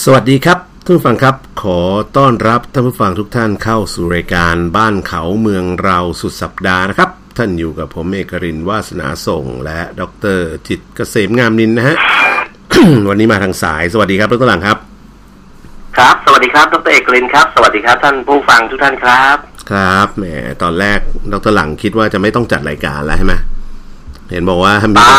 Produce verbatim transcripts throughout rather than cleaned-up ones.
สวัสดีครับท่านผู้ฟังครับขอต้อนรับท่านผู้ฟังทุกท่านเข้าสู่รายการบ้านเขาเมืองเราสุดสัปดาห์นะครับท่านอยู่กับผมเอกรินทร์วาสนาส่งและดร.จิตรเกษมงามนินนะฮะ วันนี้มาทางสายสวัสดีครับดร.หลังครับครับสวัสดีครับดร.เอกรินทร์ครับสวัสดีครับท่านผู้ฟังทุกท่านครับครับแหมตอนแรกดร.หลังคิดว่าจะไม่ต้องจัดรายการแล้วใช่ไหมเห็นบอกว่าเปล่า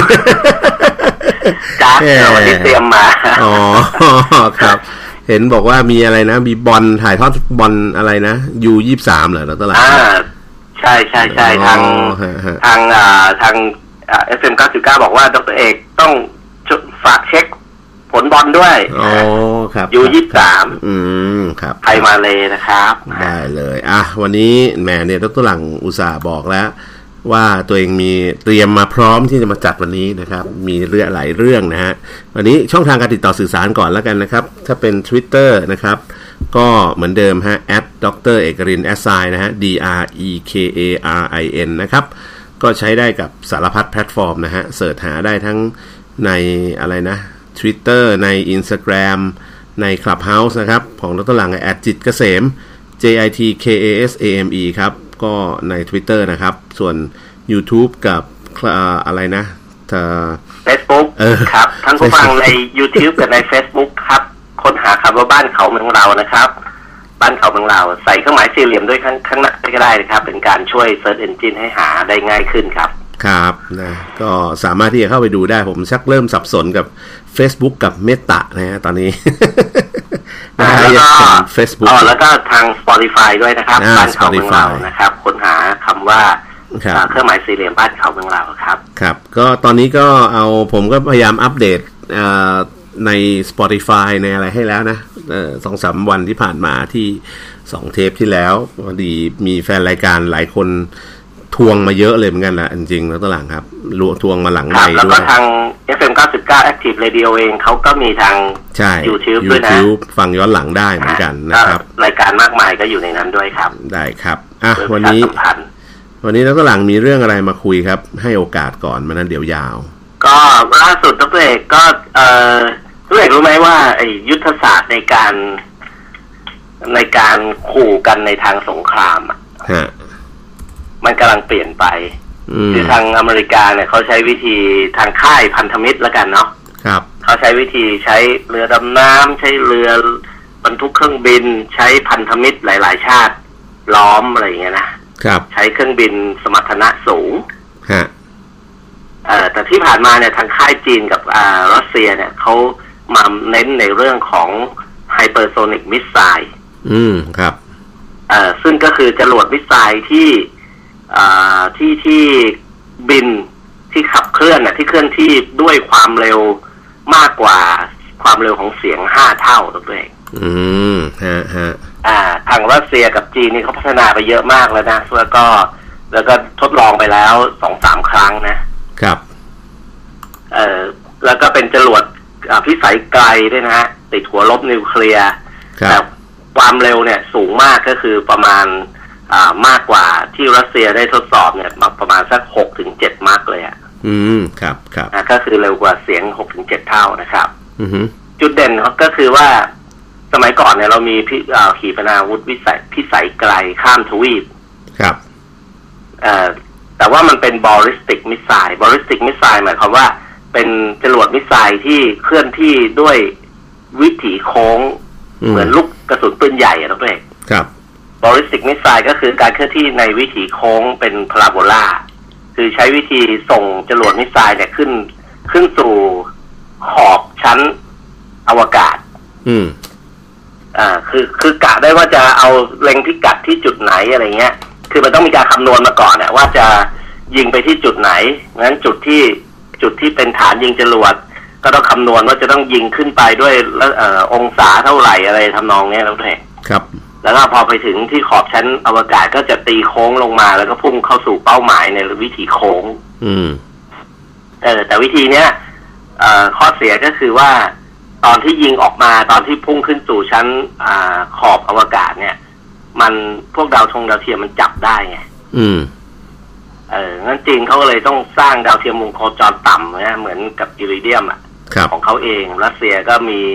จัดวันนี้เตรียมมาอ๋อครับเห็นบอกว่ามีอะไรนะมีบอลถ่ายทอดบอลอะไรนะยูยี่สิบสามเหรอดร.หลังอ่าใช่ใช่ใช่ทางทางอ่าทางอ่า เอฟ เอ็ม เก้าสิบเก้าบอกว่าดร.เอกต้องฝากเช็คผลบอลด้วยอ๋อครับยูยี่สิบสามอืมครับไทยมาเลยนะครับได้เลยอ่ะวันนี้แหมเนี่ยดร.หลังอุตส่าห์บอกแล้วว่าตัวเองมีเตรียมมาพร้อมที่จะมาจัดวันนี้นะครับมีเรื่องหลายเรื่องนะฮะวันนี้ช่องทางการติดต่อสื่อสารก่อนแล้วกันนะครับถ้าเป็น Twitter นะครับก็เหมือนเดิมฮะ แอท ดร.เอกรินทร์ แอสไซน์ นะฮะ D R E K A R I N นะครับก็ใช้ได้กับสารพัดแพลตฟอร์มนะฮะเสิร์ชหาได้ทั้งในอะไรนะ Twitter ใน Instagram ใน Clubhouse นะครับของดร.หลัง แอท จิตรเกษม J I T K A S A M E ครับก็ใน Twitter นะครับส่วน YouTube กับอะไรนะเอ่อ Facebook ครับท่านผู้ฟังใน YouTube กับใน Facebook ครับค้นหาคำว่าบ้านเขาเมืองเรานะครับบ้านเขาเมืองเราใส่เครื่องหมายสี่เหลี่ยมด้วยข้างข้างหน้าก็ได้นะครับเป็นการช่วย Search Engine ให้หาได้ง่ายขึ้นครับครับนะก็สามารถที่จะเข้าไปดูได้ผมชักเริ่มสับสนกับ Facebook กับเมตานะฮะตอนนี้นะแล้วก็ Facebook อ๋อแล้วก็ทาง Spotify ด้วยนะครับบ้านเขาเมืองเรานะครับค้นหาคำว่าเครื่องหมายสี่เหลี่ยมบ้านเขาเมืองเราครับครับก็ตอนนี้ก็เอาผมก็พยายามอัปเดตใน Spotify ในอะไรให้แล้วนะเอ่อ สองสาม วันที่ผ่านมาที่สองเทปที่แล้วพอดีมีแฟนรายการหลายคนทวงมาเยอะเลยเหมือนกันนะจริงๆแล้วตอนหลังครับทวงมาหลังใหม่ด้วยแล้วก็ทาง เอฟ เอ็ม เก้าสิบเก้า Active Radio เองเขาก็มีทาง YouTube ด้วยนะ YouTube ฟังย้อนหลังได้เหมือนกันนะครับรายการมากมายก็อยู่ในนั้นด้วยครับได้ครับอ่ะวันนี้วันนี้แล้วก็หลังมีเรื่องอะไรมาคุยครับให้โอกาสก่อนมานั้นเดี๋ยวยาวก็ล่าสุดดร.เอกก็เอ่อดร.เอกรู้ไหมว่าไอ้ยุทธศาสตร์ในการในการขู่กันในทางสงครามอ่ะมันกำลังเปลี่ยนไปคือทางอเมริกาเนี่ยเขาใช้วิธีทางค่ายพันธมิตรแล้วกันเนาะครับเขาใช้วิธีใช้เรือดำน้ำใช้เรือบรรทุกเครื่องบินใช้พันธมิตรหลายๆชาติล้อมอะไรอย่างเงี้ยนะครับใช้เครื่องบินสมรรถนะสูงฮะเอ่อแต่ที่ผ่านมาเนี่ยทางค่ายจีนกับอ่ารัสเซียเนี่ยเขามาเน้นในเรื่องของไฮเปอร์โซนิกมิสไซล์อืมครับเอ่อซึ่งก็คือจรวดมิสไซล์ที่อ่าที่ที่บินที่ขับเคลื่อนน่ะที่เคลื่อนที่ด้วยความเร็วมากกว่าความเร็วของเสียงห้าเท่าตัวเองอืมฮะฮะอ่าทางรัสเซียกับจีนนี่เขาพัฒนาไปเยอะมากแล้วนะแล้วก็แล้วก็ทดลองไปแล้วสองสามครั้งนะครับเอ่อแล้วก็เป็นจรวดพิสัยไกลด้วยนะฮะติดหัวลบนิวเคลียร์แต่ความเร็วเนี่ยสูงมากก็คือประมาณอ่ามากกว่าที่รัสเซียได้ทดสอบเนี่ยประมาณสักหกถึงเจ็ดมาร์กเลยอ่ะอืมครับครับอ่าก็คือเร็วกว่าเสียงหกถึงเจ็ดเท่านะครับอือฮึจุดเด่นก็คือว่าสมัยก่อนเนี่ยเรามีพิอ่าขีปนาวุธวิสัยพิสัยไกลข้ามทวีปครับเอ่อแต่ว่ามันเป็น ballistic missile ballistic missile หมายความว่าเป็นจรวดมิสไซล์ที่เคลื่อนที่ด้วยวิถีโค้งเหมือนลูกกระสุนปืนใหญ่อะนะเพื่อนครับ ballistic missile ก็คือการเคลื่อนที่ในวิถีโค้งเป็นพาราโบลาคือใช้วิธีส่งจรวดมิสไซล์เนี่ยขึ้นขึ้นสู่ขอบชั้นอวกาศอืมอ่าคือคือกะได้ว่าจะเอาเล็งพิกัดที่จุดไหนอะไรเงี้ยคือมันต้องมีการคำนวณมาก่อนเนี่ยว่าจะยิงไปที่จุดไหนงั้นจุดที่จุดที่เป็นฐานยิงจรวดก็ต้องคำนวณว่าจะต้องยิงขึ้นไปด้วยเอ่อองศาเท่าไหร่อะไรทำนองเนี้ยแล้วแท้ครับแล้วก็พอไปถึงที่ขอบชั้นอวกาศก็จะตีโค้งลงมาแล้วก็พุ่งเข้าสู่เป้าหมายในวิถีโค้งอืมเออแต่วิธีเนี้ยเอ่อข้อเสียก็คือว่าตอนที่ยิงออกมาตอนที่พุ่งขึ้นสู่ชั้นอ่าขอบอวกาศเนี่ยมันพวกดาวธงดาวเทียมมันจับได้ไงอืมเอองั้นจริงเขาก็เลยต้องสร้างดาวเทียมวงโคจรต่ำนะเหมือนกับอิริเดียมอ่ะของเขาเองรัสเซียก็มี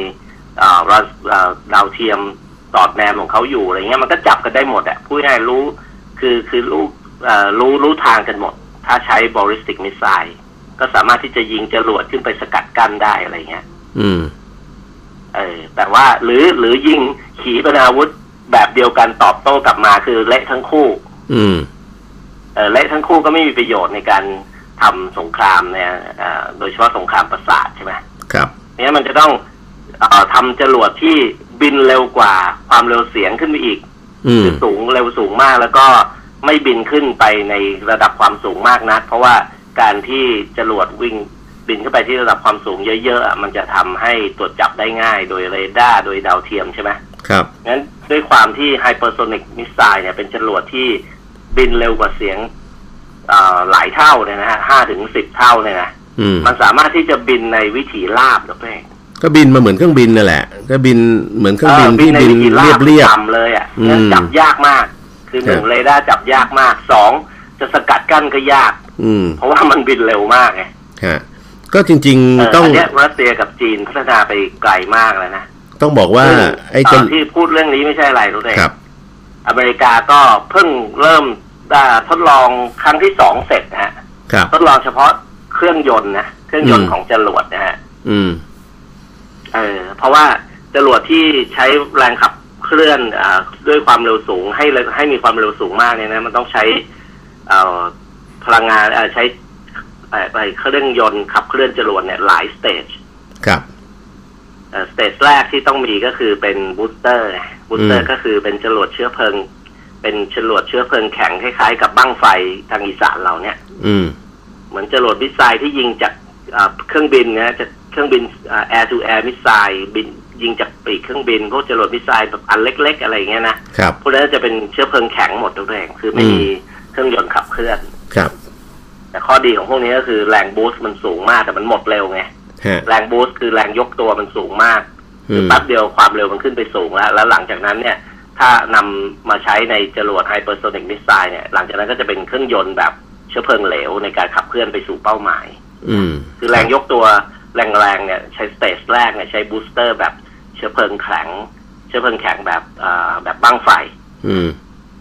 ดาวเทียมสอดแนมของเขาอยู่อะไรเงี้ยมันก็จับกันได้หมดอ่ะพูดง่ายรู้คือคือรู้รู้รู้ทางกันหมดถ้าใช้ ballistic missile ก็สามารถที่จะยิงจรวดขึ้นไปสกัดกั้นได้อะไรเงี้ยอืมเออแต่ว่าหรือหรือยิงขีปนาวุธแบบเดียวกันตอบโต้กลับมาคือเละทั้งคู่อืมเออเละทั้งคู่ก็ไม่มีประโยชน์ในการทำสงครามเนี่ยโดยเฉพาะสงครามประสาทใช่ไหมครับเนี่ยมันจะต้องเอ่อทำจรวดที่บินเร็วกว่าความเร็วเสียงขึ้นไปอีกคือสูงเร็วสูงมากแล้วก็ไม่บินขึ้นไปในระดับความสูงมากนักเพราะว่าการที่จรวดวิ่งบินขึ้นไปที่ระดับความสูงเยอะๆมันจะทำให้ตรวจจับได้ง่ายโดยเรดาร์โดยดาวเทียมใช่ไหมครับงั้นด้วยความที่ไฮเปอร์โซนิกมิสไซล์เนี่ยเป็นจรวดที่บินเร็วกว่าเสียงหลายเท่าเนี่ยนะฮะห้าถึงสิบเท่าเนี่ยนะมันสามารถที่จะบินในวิถีราบหรือเปล่าก็บินมาเหมือนเครื่องบินนั่นแหละก็บินเหมือนเครื่องบินที่บินเรียบเรียบต่ำเลยอ่ะจับยากมากคือหนึ่งเรดาร์จับยากมากสองจะสกัดกั้นก็ยากเพราะว่ามันบินเร็วมากไงก็จริงๆต้องรัสเซียกับจีนพัฒนาไปไกลมากแล้วนะต้องบอกว่าไอ้ที่พูดเรื่องนี้ไม่ใช่อะไรรู้ไหมอเมริกาก็เพิ่งเริ่มได้ทดลองครั้งที่สองเสร็จนะฮะทดลองเฉพาะเครื่องยนต์นะเครื่องยนต์ของจรวดนะฮะอืมเออเพราะว่าจรวดที่ใช้แรงขับเคลื่อนอ่าด้วยความเร็วสูงให้ให้มีความเร็วสูงมากเนี่ยนะมันต้องใช้อ่าพลังงานอ่าใช้ไปเครื่องยนต์ขับเคลื่อนจรวดเนี่ยหลายสเตจครับเอ่อสเตจแรกที่ต้องมีก็คือเป็นบูสเตอร์บูสเตอร์ก็คือเป็นจรวดเชื้อเพลิงเป็นจรวดเชื้อเพลิงแข็งคล้ายๆกับบั้งไฟทางอีสานเราเนี่ยอืมเหมือนจรวดมิสไซล์ที่ยิงจากเครื่องบินนะจะเครื่องบิน air to air มิสไซล์บินยิงจากปีกเครื่องบินพวกจรวดมิสไซล์แบบอันเล็กๆอะไรอย่างเงี้ยนะครับพวกนั้นจะเป็นเชื้อเพลิงแข็งหมดทุกแรงคือไม่มีเครื่องยนต์ขับเคลื่อนครับแต่ข้อดีของพวกนี้ก็คือแรงบูสต์มันสูงมากแต่มันหมดเร็วไงแรงบูสต์คือแรงยกตัวมันสูงมากคือแป๊บเดียวความเร็วมันขึ้นไปสูงแล้วแล้วหลังจากนั้นเนี่ยถ้านำมาใช้ในจรวดไฮเปอร์โซนิกมิสไซล์เนี่ยหลังจากนั้นก็จะเป็นเครื่องยนต์แบบเชื้อเพลิงเหลวในการขับเคลื่อนไปสู่เป้าหมายคือแรงยกตัวแรงๆเนี่ยใช้สเตจแรกเนี่ยใช้บูสเตอร์แบบเชื้อเพลิงแข็งเชื้อเพลิงแข็งแบบอ่าแบบบั้งไฟอืม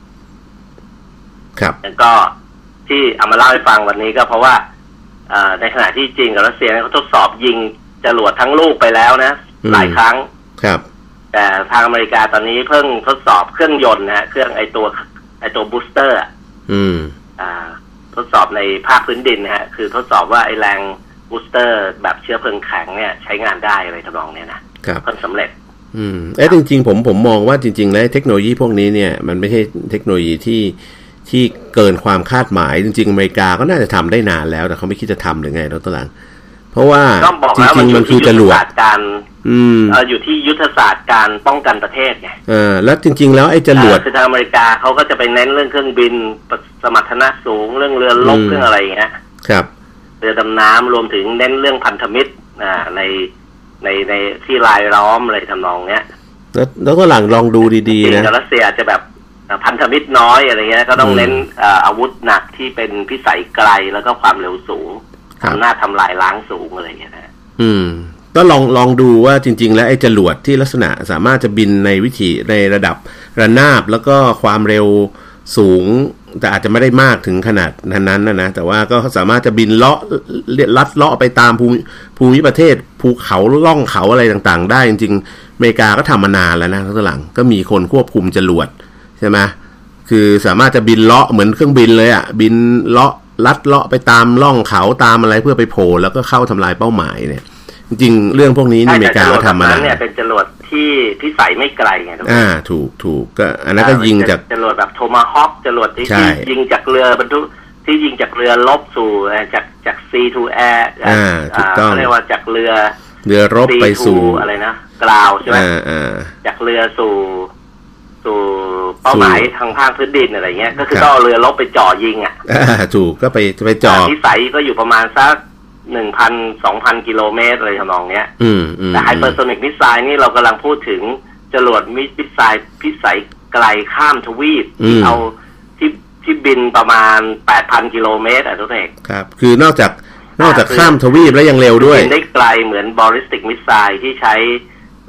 ครับแล้วก็ที่เอามาเล่าให้ฟังวันนี้ก็เพราะว่าในขณะที่จีนกับรัสเซียเขาทดสอบยิงจรวดทั้งลูกไปแล้วนะหลายครั้งครับแต่ทางอเมริกาตอนนี้เพิ่งทดสอบเครื่องยนต์นะเครื่องไอตัวไอตัวบูสเตอร์อืมอ่าทดสอบในภาคพื้นดินนะฮะคือทดสอบว่าไอแรงบูสเตอร์แบบเชื้อเพลิงแข็งเนี่ยใช้งานได้อะไรทำนองเนี้ยนะครับเพิ่งสำเร็จอืมเอ๊ะจริงๆผมผมมองว่าจริงๆแล้วเทคโนโลยีพวกนี้เนี่ยมันไม่ใช่เทคโนโลยีที่ที่เกินความคาดหมายจริงๆอเมริกาก็น่าจะทำได้นานแล้วแต่เขาไม่คิดจะทำหรือไงดร.หลังเพราะว่าจริงๆมันคือจรวดการอืมเอออยู่ที่ยุทธศาสตร์การป้องกันประเทศไงเออแล้วจริงๆแล้วไอ้จรวดคือทางอเมริกาเขาก็จะไปเน้นเรื่องเครื่องบินสมรรถนะสูงเรื่องเรือรบเรื่องอะไรอย่างเงี้ยครับเรือดำน้ำรวมถึงเน้นเรื่องพันธมิตรอ่าในในในที่รายล้อมอะไรทำนองเนี้ยแล้วแล้วก็หลังลองดูดีๆนะรัสเซียจะแบบพันธมิตรน้อยอะไรเงี้ยก็ต้องเน้นอาวุธหนักที่เป็นพิสัยไกลแล้วก็ความเร็วสูงอำนาจทำลายล้างสูงอะไรเงี้ยนะอืมก็ลองลองดูว่าจริงๆแล้วไอ้จรวดที่ลักษณะสามารถจะบินในวิถีในระดับระนาบแล้วก็ความเร็วสูงแต่อาจจะไม่ได้มากถึงขนาดนั้นนะนะแต่ว่าก็สามารถจะบินเลาะลัดเลาะไปตามภูมิภูมิประเทศภูเขาล่องเขาอะไรต่างๆได้จริงๆอเมริกาก็ทำมานานแล้วนะข้างหลังก็มีคนควบคุมจรวดใช่ไหมคือสามารถจะบินเลาะเหมือนเครื่องบินเลยอ่ะบินเลาะลัดเลาะไปตามล่องเขาตามอะไรเพื่อไปโผล่แล้วก็เข้าทำลายเป้าหมายเนี่ยจริงๆเรื่องพวกนี้นี่อเมริกาก็ทำมานานเนี่ยเป็นจรวดที่พิสัยไม่ไกลไงอ่าถูกถูกก็อันนั้นก็ยิงจากจรวดแบบโทมาฮอคจรวดที่ยิงจากเรือบรรทุกที่ยิงจากเรือลบสู่จากจาก sea to air อ่าถูกต้องเรียกว่าจากเรือเรือรบไปสู่อะไรนะกราวใช่ไหมจากเรือสู่สู่เป้าหมายทางภาคพื้นดินอะไรเงี้ยก็คือต้องเอาเรือรบไปจ่อยิงอ่ะถูกก็ไปไปจ่อพิสัยก็อยู่ประมาณสักหนึ่งพันสองพันกิโลเมตรอะไรทำนองเนี้ยแต่ไฮเปอร์โซนิกมิสไซล์นี่เรากำลังพูดถึงจรวดมิสไซล์พิสัยไกลข้ามทวีปที่เอาที่ที่บินประมาณ แปดพันกิโลเมตรอ่ะทุกท่านครับคือนอกจากนอกจากข้ามทวีปแล้วยังเร็วด้วยบินได้ไกลเหมือนบอลลิสติกมิสไซล์ที่ใช้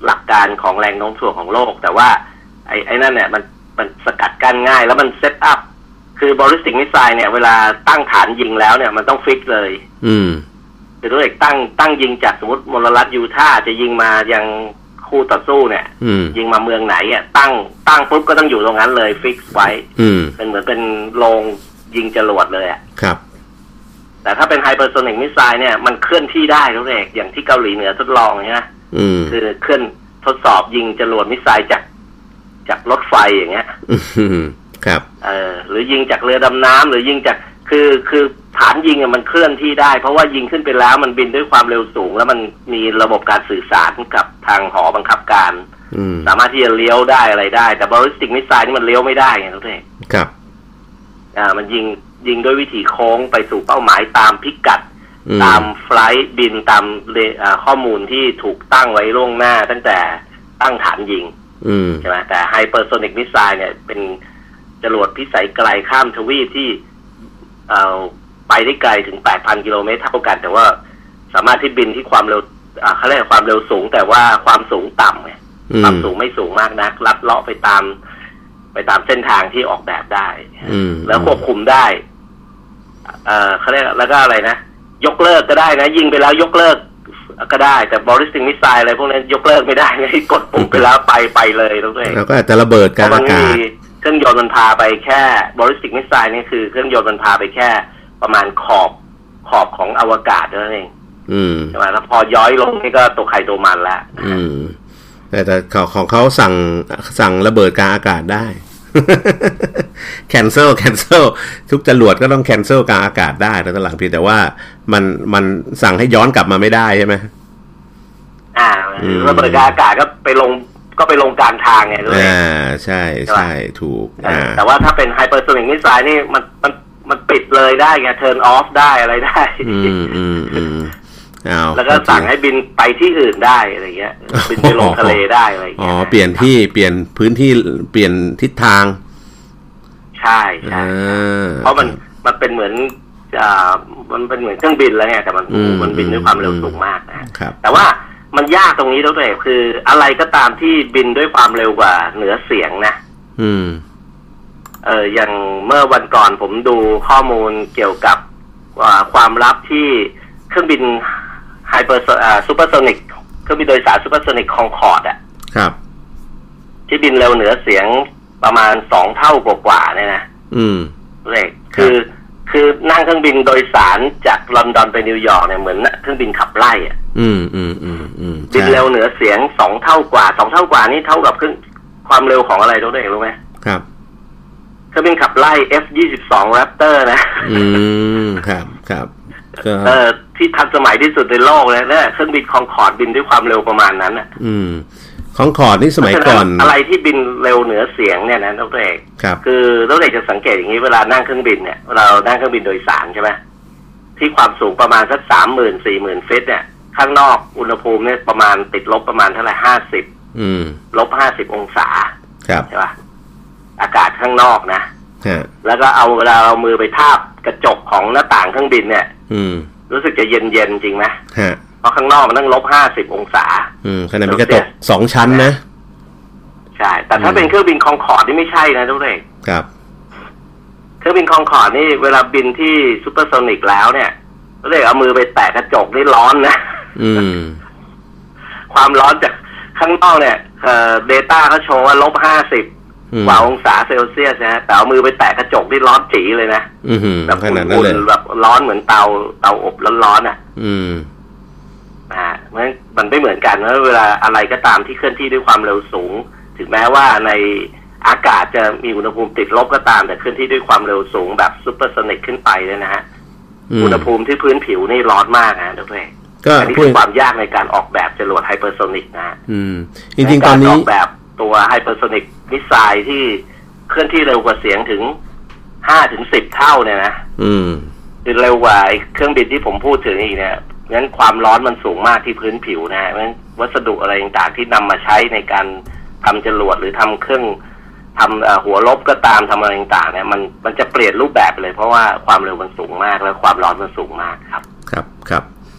หลักการของแรงโน้มถ่วงของโลกแต่ว่าไอ้ไอ้นั่นเนี่ยมันมันสกัดกั้นง่ายแล้วมันเซตอัพคือบอลลิสติกมิสไซล์เนี่ยเวลาตั้งฐานยิงแล้วเนี่ยมันต้องฟิกเลย อืมคือตัวเอกตั้งตั้งยิงจากสมมติมลรัฐยูทาห์จะยิงมายังคู่ต่อสู้เนี่ยยิงมาเมืองไหนอ่ะตั้งตั้งปุ๊บก็ต้องอยู่ตรงนั้นเลยฟิกไว้เป็นเหมือนเป็นโรงยิงจรวดเลยอ่ะครับแต่ถ้าเป็นไฮเปอร์โซนิกมิสไซล์เนี่ยมันเคลื่อนที่ได้ตัวเอกอย่างที่เกาหลีเหนือทดลองใช่ไหมคือเคลื่อนทดสอบยิงจรวดมิสไซล์จากจากรถไฟอย่างเงี้ยครับเออหรือยิงจากเรือดำน้ำหรือยิงจากคือคือฐานยิงอะมันเคลื่อนที่ได้เพราะว่ายิงขึ้นไปแล้วมันบินด้วยความเร็วสูงแล้วมันมีระบบการสื่อสารกับทางหอบังคับการสามารถที่จะเลี้ยวได้อะไรได้แต่บอลลิสติกมิสไซล์นี่มันเลี้ยวไม่ได้ไงทุกท่านครับอ่ามันยิงยิงด้วยวิธีโค้งไปสู่เป้าหมายตามพิกัดตามไฟล์บินตามข้อมูลที่ถูกตั้งไว้ล่วงหน้าตั้งแต่ตั้งฐานยิงใช่ไหมแต่ไฮเปอร์โซนิกมิสไซล์เนี่ยเป็นจรวดพิสัยไกลข้ามทวีปที่เอ่อไปได้ไกลถึง แปดพัน กิโลเมตรเท่ากันแต่ว่าสามารถที่บินที่ความเร็วอ่าเขาเรียกความเร็วสูงแต่ว่าความสูงต่ำไงความสูงไม่สูงมากนักลัดเลาะไปตามไปตามเส้นทางที่ออกแบบได้แล้วควบคุมได้เอ่อเขาเรียกแล้วก็อะไรนะยกเลิกก็ได้นะยิงไปแล้วยกเลิกก็ได้แต่บอลลิสติกมิสไซล์อะไรพวกนั้นยกเลิกไม่ได้ไงกดปุ่มไปแล้วไปไปเลยทุกท่านแล้วก็อาจจะระเบิดกลางอากาศเครื่องยนต์มันพาไปแค่บอลลิสติกมิสไซล์นี่คือเครื่องยนต์มันพาไปแค่ประมาณขอบขอบของอวกาศนั่นเองใช่ไหมแล้วพอย้อยลงนี่ก็ตัวไข่ตัวมันละอืมแต่แต่ของของเขาสั่งสั่งระเบิดกลางอากาศได้ cancel cancel ทุกจรวดก็ต้อง cancel กลางอากาศได้แล้วตอนหลังพี่แต่ว่ามันมันสั่งให้ย้อนกลับมาไม่ได้ใช่ไหมอ่าระเบิดกลางอากาศก็ไปลงก็ไปลงกลางทางไงด้วยอ่าใช่ใช่ถูกอ่าแต่ว่าถ้าเป็นไฮเปอร์โซนิกมิสไซล์นี่มันมันมันปิดเลยได้ไง turn off ได้อะไรได้อืมอืมอืมเอาแล้วก็สั่งให้บินไปที่อื่นได้อะไรเงี้ยบินไปลงทะเลได้อะไรเงี้ยอ๋อเปลี่ยนที่เปลี่ยนพื้นที่เปลี่ยนทิศทางใช่ใช่เพราะมันมันเป็นเหมือนอ่ามันเป็นเหมือนเครื่องบินแล้วไงแต่มันมันบินด้วยความเร็วสูงมากนะครับแต่ว่ามันยากตรงนี้ตัวเองคืออะไรก็ตามที่บินด้วยความเร็วกว่าเหนือเสียงนะอืมเอออย่างเมื่อวันก่อนผมดูข้อมูลเกี่ยวกับความลับที่เครื่องบินไฮเปอร์อ่าซูเปอร์โซนิกเครื่องบินโดยสารซูเปอร์โซนิกคอนคอร์ดอ่ะครับที่บินเร็วเหนือเสียงประมาณสองเท่ากว่าๆเนี่ยนะอืมเลขคือคือนั่งเครื่องบินโดยสารจากลอนดอนไปนิวยอร์กเนี่ยเหมือนเครื่องบินขับไล่อ่ะอืมอืมอืมอืมบินเร็วเหนือเสียงสองเท่ากว่าสองเท่ากว่านี่เท่ากับเครื่องความเร็วของอะไรรู้ได้รู้ไหมครับเครื่องบินขับไล่ เอฟ ยี่สิบสอง Raptor นะอืมครับครับเออที่ทันสมัยที่สุดในโลกเลยนะเครื่องบินคอนคอร์ดบินด้วยความเร็วประมาณนั้นอ่ะอืมคอนคอร์ดนี่สมัยก่อนอะไรที่บินเร็วเหนือเสียงเนี่ยนะดรเอกครับคือดรเอกจะสังเกตอย่างนี้เวลานั่งเครื่องบินเนี่ยเวลาเรานั่งเครื่องบินโดยสารใช่ไหมที่ความสูงประมาณสักสามหมื่นสี่หมื่นฟิตเนี่ยข้างนอกอุณหภูมิเนี่ยประมาณติดลบประมาณเท่าไหร่ห้าสิบลบห้าสิบองศาครับใช่ป่ะอากาศข้างนอกนะแล้วก็เอาเวลาเรามือไปทาบกระจกของหน้าต่างเครื่องบินเนี่ยรู้สึกจะเย็นเย็นจริงไหมเพราะข้างนอกมันต้องลบห้าสิบองศาอืมขนาดมีกระจกสองชั้นนะใช่แต่ถ้าเป็นเครื่องบินคอนคอร์ดนี่ไม่ใช่นะทุกท่านครับเครื่องบินคอนคอร์ดนี่เวลาบินที่ซูเปอร์โซนิกแล้วเนี่ยทุกท่านเอามือไปแตะกระจกนี่ร้อนนะอืมความร้อนจากข้างนอกเนี่ยเอ่อเดต้าเขาโชว์ว่าลบห้าสิบกว่าองศาเซลเซียสนะแต่เอามือไปแตะกระจกนี่ร้อนจีเลยนะแบบอุ่นๆแบบร้อนเหมือนเตาเตาอบร้อนๆอ่ะอืมอ่ามันมันไม่เหมือนกันนะเวลาอะไรก็ตามที่เคลื่อนที่ด้วยความเร็วสูงถึงแม้ว่าในอากาศจะมีอุณหภูมิติดลบก็ตามแต่เคลื่อนที่ด้วยความเร็วสูงแบบซูเปอร์โซนิกขึ้นไปเลยนะฮะอุณหภูมิที่พื้นผิวนี่ร้อนมากนะทุกท่านก็อันนี้คือความยากในการออกแบบจรวดไฮเปอร์โซนิกนะอืมจริงๆตอนนี้ออกแบบตัวไฮเปอร์โซนิกมิสไซล์ที่เคลื่อนที่เร็วกว่าเสียงถึงห้าถึงสิบเท่าเนี่ยนะอืมคือเร็วกว่าเครื่องบินที่ผมพูดถึงอีกเนี่ยงั้นความร้อนมันสูงมากที่พื้นผิวนะเพราะฉะนั้นวัสดุอะไรต่างๆที่นำมาใช้ในการทำจรวดหรือทำเครื่องทำหัวลบก็ตามทำอะไรต่างๆเนี่ยมันมันจะเปลี่ยนรูปแบบเลยเพราะว่าความเร็วมันสูงมากแล้วความร้อนมันสูงมากครับครับครับ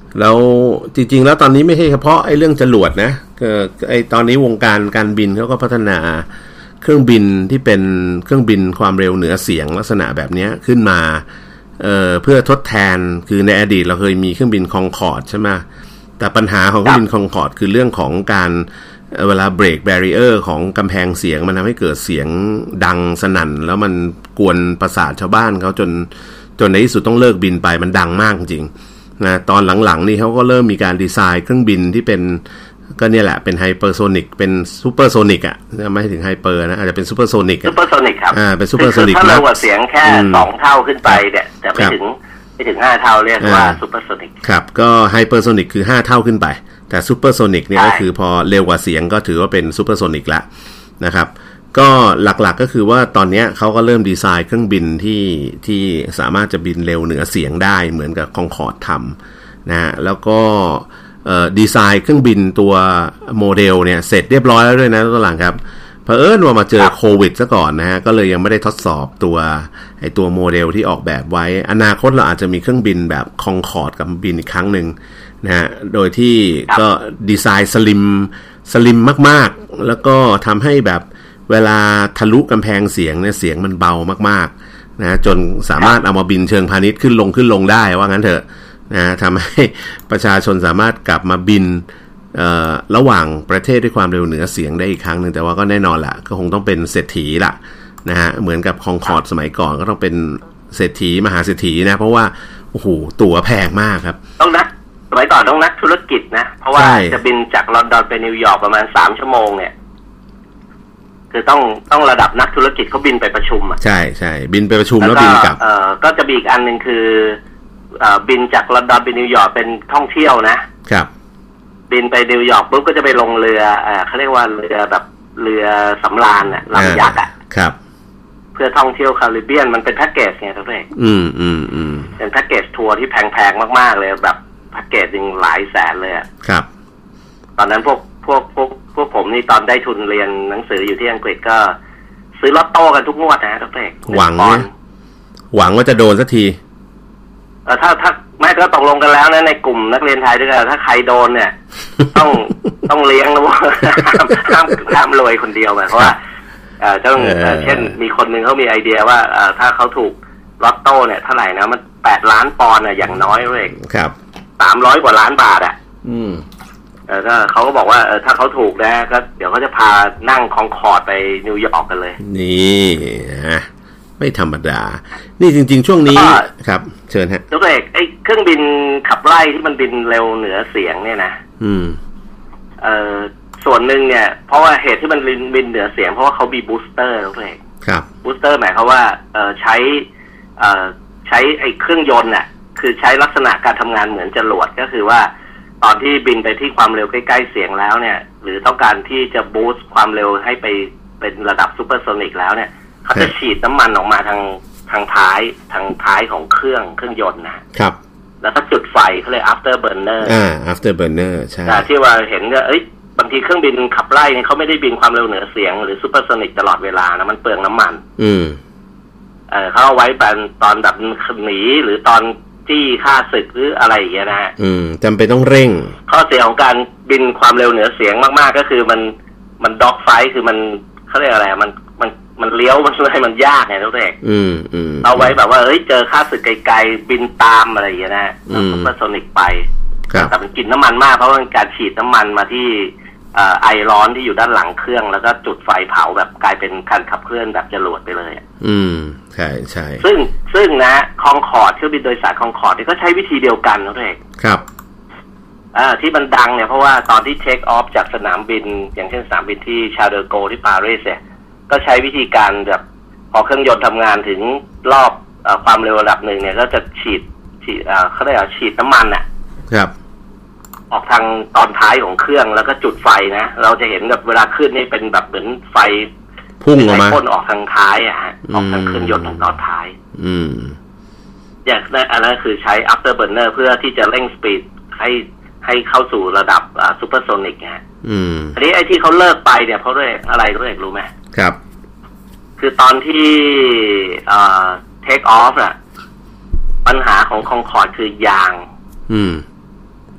แล้วจริงๆแล้วตอนนี้ไม่ใช่เฉพาะไอ้เรื่องจรวดนะไอ้ตอนนี้วงการการบินเขาก็พัฒนาเครื่องบินที่เป็นเครื่องบินความเร็วเหนือเสียงลักษณะแบบนี้ขึ้นมาเอ่อเพื่อทดแทนคือในอดีตเราเคยมีเครื่องบินคองคอร์ดใช่ไหมแต่ปัญหาของเครื่องบินคองคอร์ดคือเรื่องของการเวลาเบรกแบรีเออร์ของกำแพงเสียงมันทำให้เกิดเสียงดังสนั่นแล้วมันกวนประสาทชาวบ้านเขาจนจนในที่สุดต้องเลิกบินไปมันดังมากจริงนะตอนหลังๆนี่เขาก็เริ่มมีการดีไซน์เครื่องบินที่เป็นก็เนี่ยแหละเป็นไฮเปอร์โซนิกเป็นซูเปอร์โซนิกอ่ะไม่ถึงไฮเปอร์นะอาจจะเป็นซูเปอร์โซนิกซูเปอร์โซนิกครับอ่าเป็นซูเปอร์โซนิกถ้าเร็วกว่าเสียงแค่สองเท่าขึ้นไปเนี่ยแต่ไม่ถึงไม่ถึงห้าเท่าเรียกว่าซูเปอร์โซนิกครับก็ไฮเปอร์โซนิกคือห้าเท่าขึ้นไปแต่ซูเปอร์โซนิกเนี่ยก็คือพอเร็วกว่าเสียงก็ถือว่าเป็นซูเปอร์โซนิกละนะครับก็หลักๆ ก็คือว่าตอนนี้เขาก็เริ่มดีไซน์เครื่องบินที่ที่สามารถจะบินเร็วเหนือเสียงได้เหมือนกับคองคอร์ดทำนะฮะแล้วก็ดีไซน์เครื่องบินตัวโมเดลเนี่ยเสร็จเรียบร้อยแล้วด้วยนะตัวหลังครับเผอิญว่ามาเจอโควิดซะก่อนนะฮะก็เลยยังไม่ได้ทดสอบตัวไอตัวโมเดลที่ออกแบบไว้อนาคตเราอาจจะมีเครื่องบินแบบคองคอร์ดกับบินอีกครั้งหนึ่งนะฮะโดยที่ก็ดีไซน์สลิมสลิมมากๆแล้วก็ทำให้แบบเวลาทะลุกำแพงเสียงเนี่ยเสียงมันเบามากๆนะจนสามารถเอามาบินเชิงพาณิชย์ขึ้นลงขึ้นลงได้ว่างั้นเถอะนะทำให้ประชาชนสามารถกลับมาบินระหว่างประเทศด้วยความเร็วเหนือเสียงได้อีกครั้งหนึ่งแต่ว่าก็แน่นอนละก็คงต้องเป็นเศรษฐีละนะฮะเหมือนกับคองคอร์ดสมัยก่อนก็ต้องเป็นเศรษฐีมหาเศรษฐีนะเพราะว่าโอ้โหตั๋วแพงมากครับต้องนักสมัยก่อนต้องนักธุรกิจนะเพราะว่าจะบินจากลอนดอนไปนิวยอร์กประมาณสามชั่วโมงเนี่ยคือต้องต้องระดับนักธุรกิจเขาบินไปประชุมอ่ะใช่ใช่บินไปประชุมแล้วบินกลับเอ่อก็จะมีอีกอันนึงคือเอ่อบินจากลอนดอนไปนิวยอร์กเป็นท่องเที่ยวนะครับบินไปนิวยอร์กปุ๊บก็จะไปลงเรือเอ่อเขาเรียกว่าเรือแบบเรือสำราญอ่ะลำยักษ์อ่ะครับเพื่อท่องเที่ยวแคริบเบียนมันเป็นแพ็กเกจไงทุกท่านอืมอืมอืมเป็นแพ็กเกจทัวร์ที่แพงๆมากๆเลยแบบแพ็กเกจนึงหลายแสนเลยอ่ะครับตอนนั้นพวกพวกพวกพวกผมนี่ตอนได้ทุนเรียนหนังสืออยู่ที่อังกฤษก็ซื้อลอตโต้กันทุกงวดนะทุกท่านหวังว่าหวังว่าจะโดนสักทีเออถ้าถ้าไม่ก็ตกลงกันแล้วนะในกลุ่มนักเรียนไทยด้วยกันถ้าใครโดนเนี่ยต้องต้องเลี้ยงนะว่าห้ามห้ามรวยคนเดียวเพราะว่าเออต้องเช่นมีคนหนึ่งเขามีไอเดียว่าเออถ้าเขาถูกลอตโต้เนี่ยเท่าไหร่นะมันแปดล้านปอนด์อ่ะอย่างน้อยเลยครับสามร้อยกว่าล้านบาทอ่ะอืมเออก็เขาก็บอกว่าเออถ้าเขาถูกนะก็เดี๋ยวเขาจะพานั่งคองคอร์ดไปนิวยอร์กกันเลยนี่ฮะไม่ธรรมดานี่จริงๆช่วงนี้ครับเชิญฮะดร.เอกไอ้เครื่องบินขับไล่ที่มันบินเร็วเหนือเสียงเนี่ยนะอืมเอ่อส่วนหนึ่งเนี่ยเพราะว่าเหตุที่มันบินเหนือเสียงเพราะว่าเขามีบูสเตอร์ดร.เอกครับบูสเตอร์หมายความว่าเอ่อใช้เอ่อใช้ไอ้เครื่องยนต์น่ะคือใช้ลักษณะการทำงานเหมือนจรวดก็คือว่าตอนที่บินไปที่ความเร็วใกล้ๆเสียงแล้วเนี่ยหรือต้องการที่จะบูสต์ความเร็วให้ไปเป็นระดับซูเปอร์โซนิกแล้วเนี่ยเขาจะฉีดน้ำมันออกมาทางทางท้ายทางท้ายของเครื่องเครื่องยนต์นะครับแล้วก็จุดไฟเขาเรียก after burner อ่า after burner ใช่ที่ว่าเห็นว่าเอ้ยบางทีเครื่องบินขับไล่เนี่ยเขาไม่ได้บินความเร็วเหนือเสียงหรือซูเปอร์โซนิกตลอดเวลานะมันเปลืองน้ำมันอืมเออเขาเอาไว้เป็นตอนแบบหนีหรือตอนที่ฆ่าศึกหรืออะไรอย่างเงี้ยนะฮะอืมจำเป็นต้องเร่งข้อเสียของการบินความเร็วเหนือเสียงมากๆก็คือมันมันด็อกไฟคือมันเขาเรียกอะไรมันมันมันเลี้ยวมันอะไรมันยากไงทุกท่านอืมอืมเอาไว้แบบว่าเฮ้ยเจอฆ่าศึกไกลๆบินตามอะไรอย่างเงี้ยนะแล้วซุปเปอร์โซนิกไปแต่มันกินน้ำมันมากเพราะว่าการฉีดน้ำมันมาที่ไอร้อนที่อยู่ด้านหลังเครื่องแล้วก็จุดไฟเผาแบบกลายเป็นคันขับเคลื่อนแบบจรวดไปเลยอืมใช่ใช่ซึ่งซึ่งนะคองคอร์ดเครื่องบินโดยสารคองคอร์ดนี่ก็ใช้วิธีเดียวกันนะทุกท่านครับอ่าที่มันดังเนี่ยเพราะว่าตอนที่เทคออฟจากสนามบินอย่างเช่นสนามบินที่ชาร์ลโกที่ปารีสเนี่ยก็ใช้วิธีการแบบพอเครื่องยนต์ทำงานถึงรอบเอ่อความเร็วระดับหนึ่งเนี่ยก็จะฉีดฉีดอ่าเขาเรียกว่าฉีดน้ำมันอ่ะครับออกทางตอนท้ายของเครื่องแล้วก็จุดไฟนะเราจะเห็นแบบเวลาขึ้นนี่เป็นแบบเหมือนไฟพุ่งออกมาพ่นออกทางท้ายอ่ะฮะออกทางเครื่องยนต์ทางตอนท้ายอืมอย่างนั้นอันนั้นคือใช้ after burner เพื่อที่จะเร่งสปีดให้ให้เข้าสู่ระดับอ่าซูเปอร์โซนิกฮะอืมอันนี้ไอ้ที่เขาเลิกไปเนี่ยเพราะด้วยอะไรก็เอกรู้ไหมครับคือตอนที่เอ่อ take off อ่ะปัญหาของคองคอร์ดคือยางอืม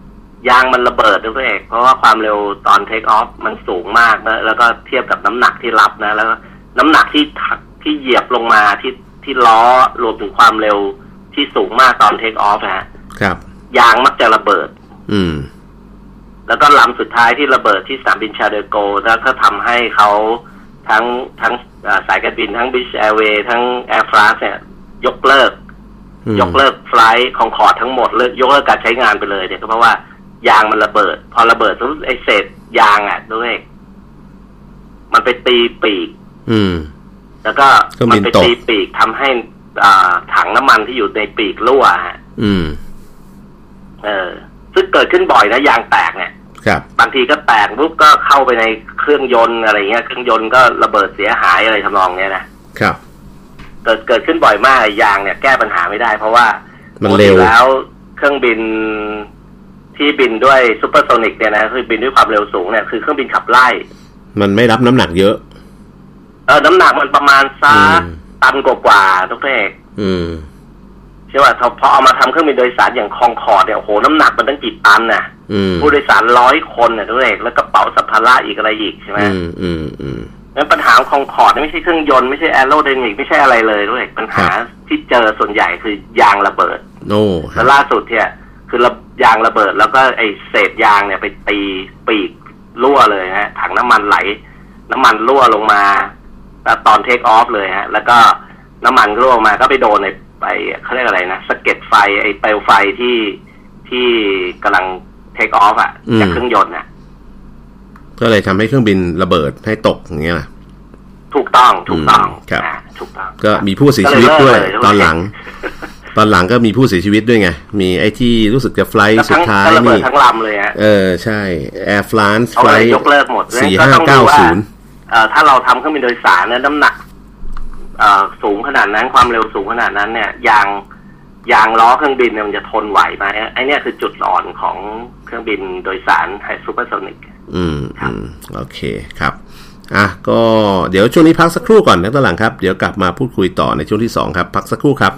ยางมันระเบิดด้วยตัวเองเพราะว่าความเร็วตอนเทคออฟมันสูงมากนะแล้วก็เทียบกับน้ำหนักที่รับนะแล้วน้ำหนักที่ที่เหยียบลงมาที่ที่ล้อรวมถึงความเร็วที่สูงมากตอนเทคออฟนะฮะครับยางมักจะระเบิดอืมแล้วก็ลำสุดท้ายที่ระเบิดที่สนามบินชาร์เดอโกแล้วก็ทำให้เขาทั้งทั้งสายการบินทั้ง British Airways ทั้ง Air France เนี่ยยกเลิกยกเลิกไฟลท์คอนคอร์ดทั้งหมดเลิกยกเลิกการใช้งานไปเลยเนี่ยเพราะว่ายางมันระเบิดพอระเบิดปุ๊บไอเศษยางอ่ะด้วยมันไปตีปีกอืมแล้วก็มันไปตีปีกทำให้อ่าถังน้ำมันที่อยู่ในปีกรั่วฮะอืมเออซึ่งเกิดขึ้นบ่อยนะยางแตกเนี่ยครับบางทีก็แตกปุ๊บก็เข้าไปในเครื่องยนต์อะไรเงี้ยเครื่องยนต์ก็ระเบิดเสียหายอะไรทำนองเนี้ยนะครับเกิดเกิดขึ้นบ่อยมากยางเนี่ยแก้ปัญหาไม่ได้เพราะว่ามันเร็วแล้วเครื่องบินที่บินด้วยซูเปอร์โซนิกเนี่ยนะคือบินด้วยความเร็วสูงเนี่ยคือเครื่องบินขับไล่มันไม่รับน้ำหนักเยอะเออน้ำหนักมันประมาณสักตันกว่าๆทุกเอกอืมใช่ป่ะพอเอามาทำเครื่องบินโดยสารอย่างคองคอร์ดเนี่ยโอ้โหน้ำหนักมันตั้งกี่ตันน่ะผู้โดยสารร้อยคนเนี่ยทุกเอกแล้วกระเป๋าสัมภาระอีกอะไรอีกใช่ไหมอืมอืมอืมงั้นปัญหาของคองคอร์ดไม่ใช่เครื่องยนต์ไม่ใช่แอโรไดนามิกไม่ใช่อะไรเลยทุกเอกปัญหาที่เจอส่วนใหญ่คือยางระเบิดโอ้แล้วล่าสุดเนี่ยคือยางระเบิดแล้วก็ไอเศษยางเนี่ยไปตีปีกรั่วเลยฮะถังน้ำมันไหลน้ำมันรั่วลงมาแล้วตอนเทคออฟเลยฮะแล้วก็น้ำมันรั่วมาก็ไปโดนในไปเขาเรียกอะไรนะสะเก็ดไฟไอเปลวไฟที่ที่กำลังเทคออฟอ่ะจากเครื่องยนต์น่ะก็เลยทำให้เครื่องบินระเบิดให้ตกอย่างเงี้ยถูกต้องถูกต้องครับถูกต้องก็มีผู้เสียชีวิตด้วยตอนหลังตอนหลังก็มีผู้เสียชีวิตด้วยไงมีไอ้ที่รู้สึกจะไฟล์สุดท้ายนี่ทั้งลำเลยฮะเออใช่ Air France ไฟล์ยกเลิกหมดสี่ห้าเก้าศูนย์เอ่อถ้าเราทำเครื่องบินโดยสารเนี่ยน้ำหนักเอ่อสูงขนาดนั้นความเร็วสูงขนาดนั้นเนี่ยยางยางล้อเครื่องบินเนี่ยมันจะทนไหวไหมไอ้นี่คือจุดอ่อนของเครื่องบินโดยสารไฮซูเปอร์โซนิกอืมอืมโอเคครับอ่ะก็เดี๋ยวช่วงนี้พักสักครู่ก่อนนะตอนหลังครับเดี๋ยวกลับมาพูดคุยต่อในช่วงที่สองครับพักสักครู่ครับ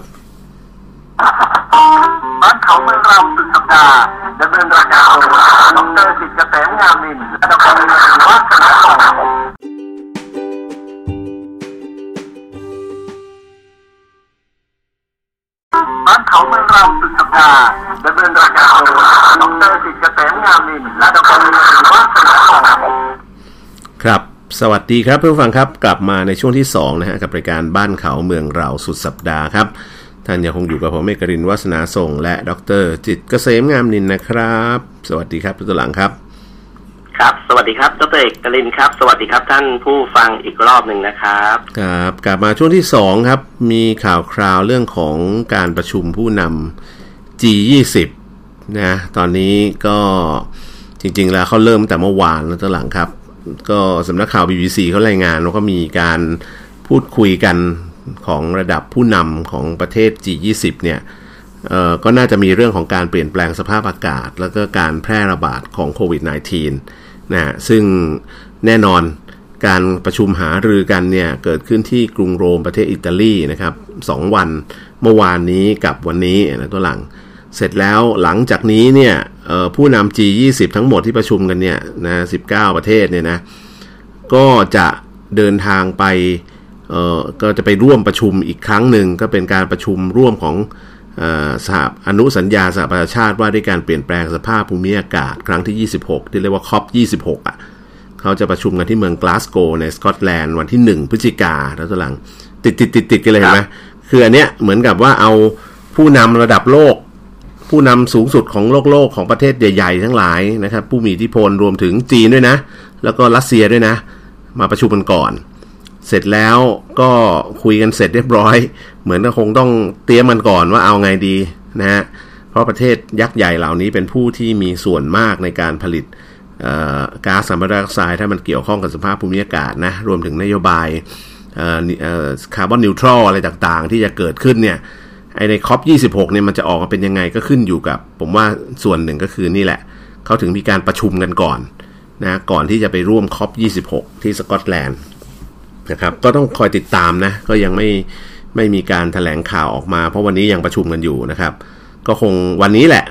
บ้านเขาเมืองเราสุดสัปดาห์ดำเนินรายการโดยดร.จิตรเกษมงามนินและดร.วัฒนาทองบ้านเขาเมืองเราสุดสัปดาห์ดำเนินรายการโดยดร.จิตรเกษมงามนินและดร.วัฒนาทองครับสวัสดีครับเพื่อนผู้ฟังครับกลับมาในช่วงที่สองนะฮะกับรายการบ้านเขาเมืองเราสุดสัปดาห์ครับท่านยังคงอยู่กับผมเอกรินทร์ วาสนาส่งและดร.จิตรเกษมงามนินนะครับสวัสดีครับตัวหลังครับครับสวัสดีครับดร.เอกรินทร์ครับสวัสดีครับท่านผู้ฟังอีกรอบหนึ่งนะครับครับกลับมาช่วงที่สองครับมีข่าวคราวเรื่องของการประชุมผู้นำ จี ยี่สิบ นะตอนนี้ก็จริงๆแล้วเขาเริ่มแต่เมื่อวานแล้วตัวหลังครับก็สำนักข่าว บี บี ซี เขารายงานแล้วก็มีการพูดคุยกันของระดับผู้นำของประเทศ จี ยี่สิบ เนี่ยเอ่อก็น่าจะมีเรื่องของการเปลี่ยนแปลงสภาพอากาศแล้วก็การแพร่ระบาดของโควิด สิบเก้า นะซึ่งแน่นอนการประชุมหารือกันเนี่ยเกิดขึ้นที่กรุงโรมประเทศอิตาลีนะครับสองวันเมื่อวานนี้กับวันนี้นะตัวหลังเสร็จแล้วหลังจากนี้เนี่ยผู้นำ จี ยี่สิบ ทั้งหมดที่ประชุมกันเนี่ยนะสิบเก้าประเทศเนี่ยนะก็จะเดินทางไปเอ่อก็จะไปร่วมประชุมอีกครั้งหนึ่งก็เป็นการประชุมร่วมของเอ่อสหอนุสัญญาสหประชาชาติว่าด้วยการเปลี่ยนแปลงสภาพภูมิอากาศครั้งที่ยี่สิบหกที่เรียกว่า ซี โอ พี ยี่สิบหก อ่ะเขาจะประชุมกันที่เมืองกลาสโกว์ในสกอตแลนด์วันที่หนึ่งพฤศจิกายนแล้วตัวหลังติดๆๆๆกันเลยเห็นมั้ยคืออันเนี้ยเหมือนกับว่าเอาผู้นำระดับโลกผู้นำสูงสุดของโลกโลกของประเทศใหญ่ๆทั้งหลายนะครับผู้มีอิทธิพลรวมถึงจีนด้วยนะแล้วก็รัสเซียด้วยนะมาประชุมกันก่อนเสร็จแล้วก็คุยกันเสร็จเรียบร้อยเหมือนก็คงต้องเตรียมมันก่อนว่าเอาไงดีนะฮะเพราะประเทศยักษ์ใหญ่เหล่านี้เป็นผู้ที่มีส่วนมากในการผลิตก๊าซคาร์บอนไดออกไซด์ถ้ามันเกี่ยวข้องกับสภาพภูมิอากาศนะรวมถึงนโยบายคาร์บอนนิวทรัลอะไรต่างๆที่จะเกิดขึ้นเนี่ยไอใน ซี โอ พี ยี่สิบหกเนี่ยมันจะออกมาเป็นยังไงก็ขึ้นอยู่กับผมว่าส่วนหนึ่งก็คือนี่แหละเขาถึงมีการประชุมกันก่อนนะก่อนที่จะไปร่วม ซี โอ พี ยี่สิบหกที่สกอตแลนด์นะครับก็ต้องคอยติดตามนะก็ยังไม่ไม่มีการแถลงข่าวออกมาเพราะวันนี้ยังประชุมกันอยู่นะครับก็คงวันนี้แหละ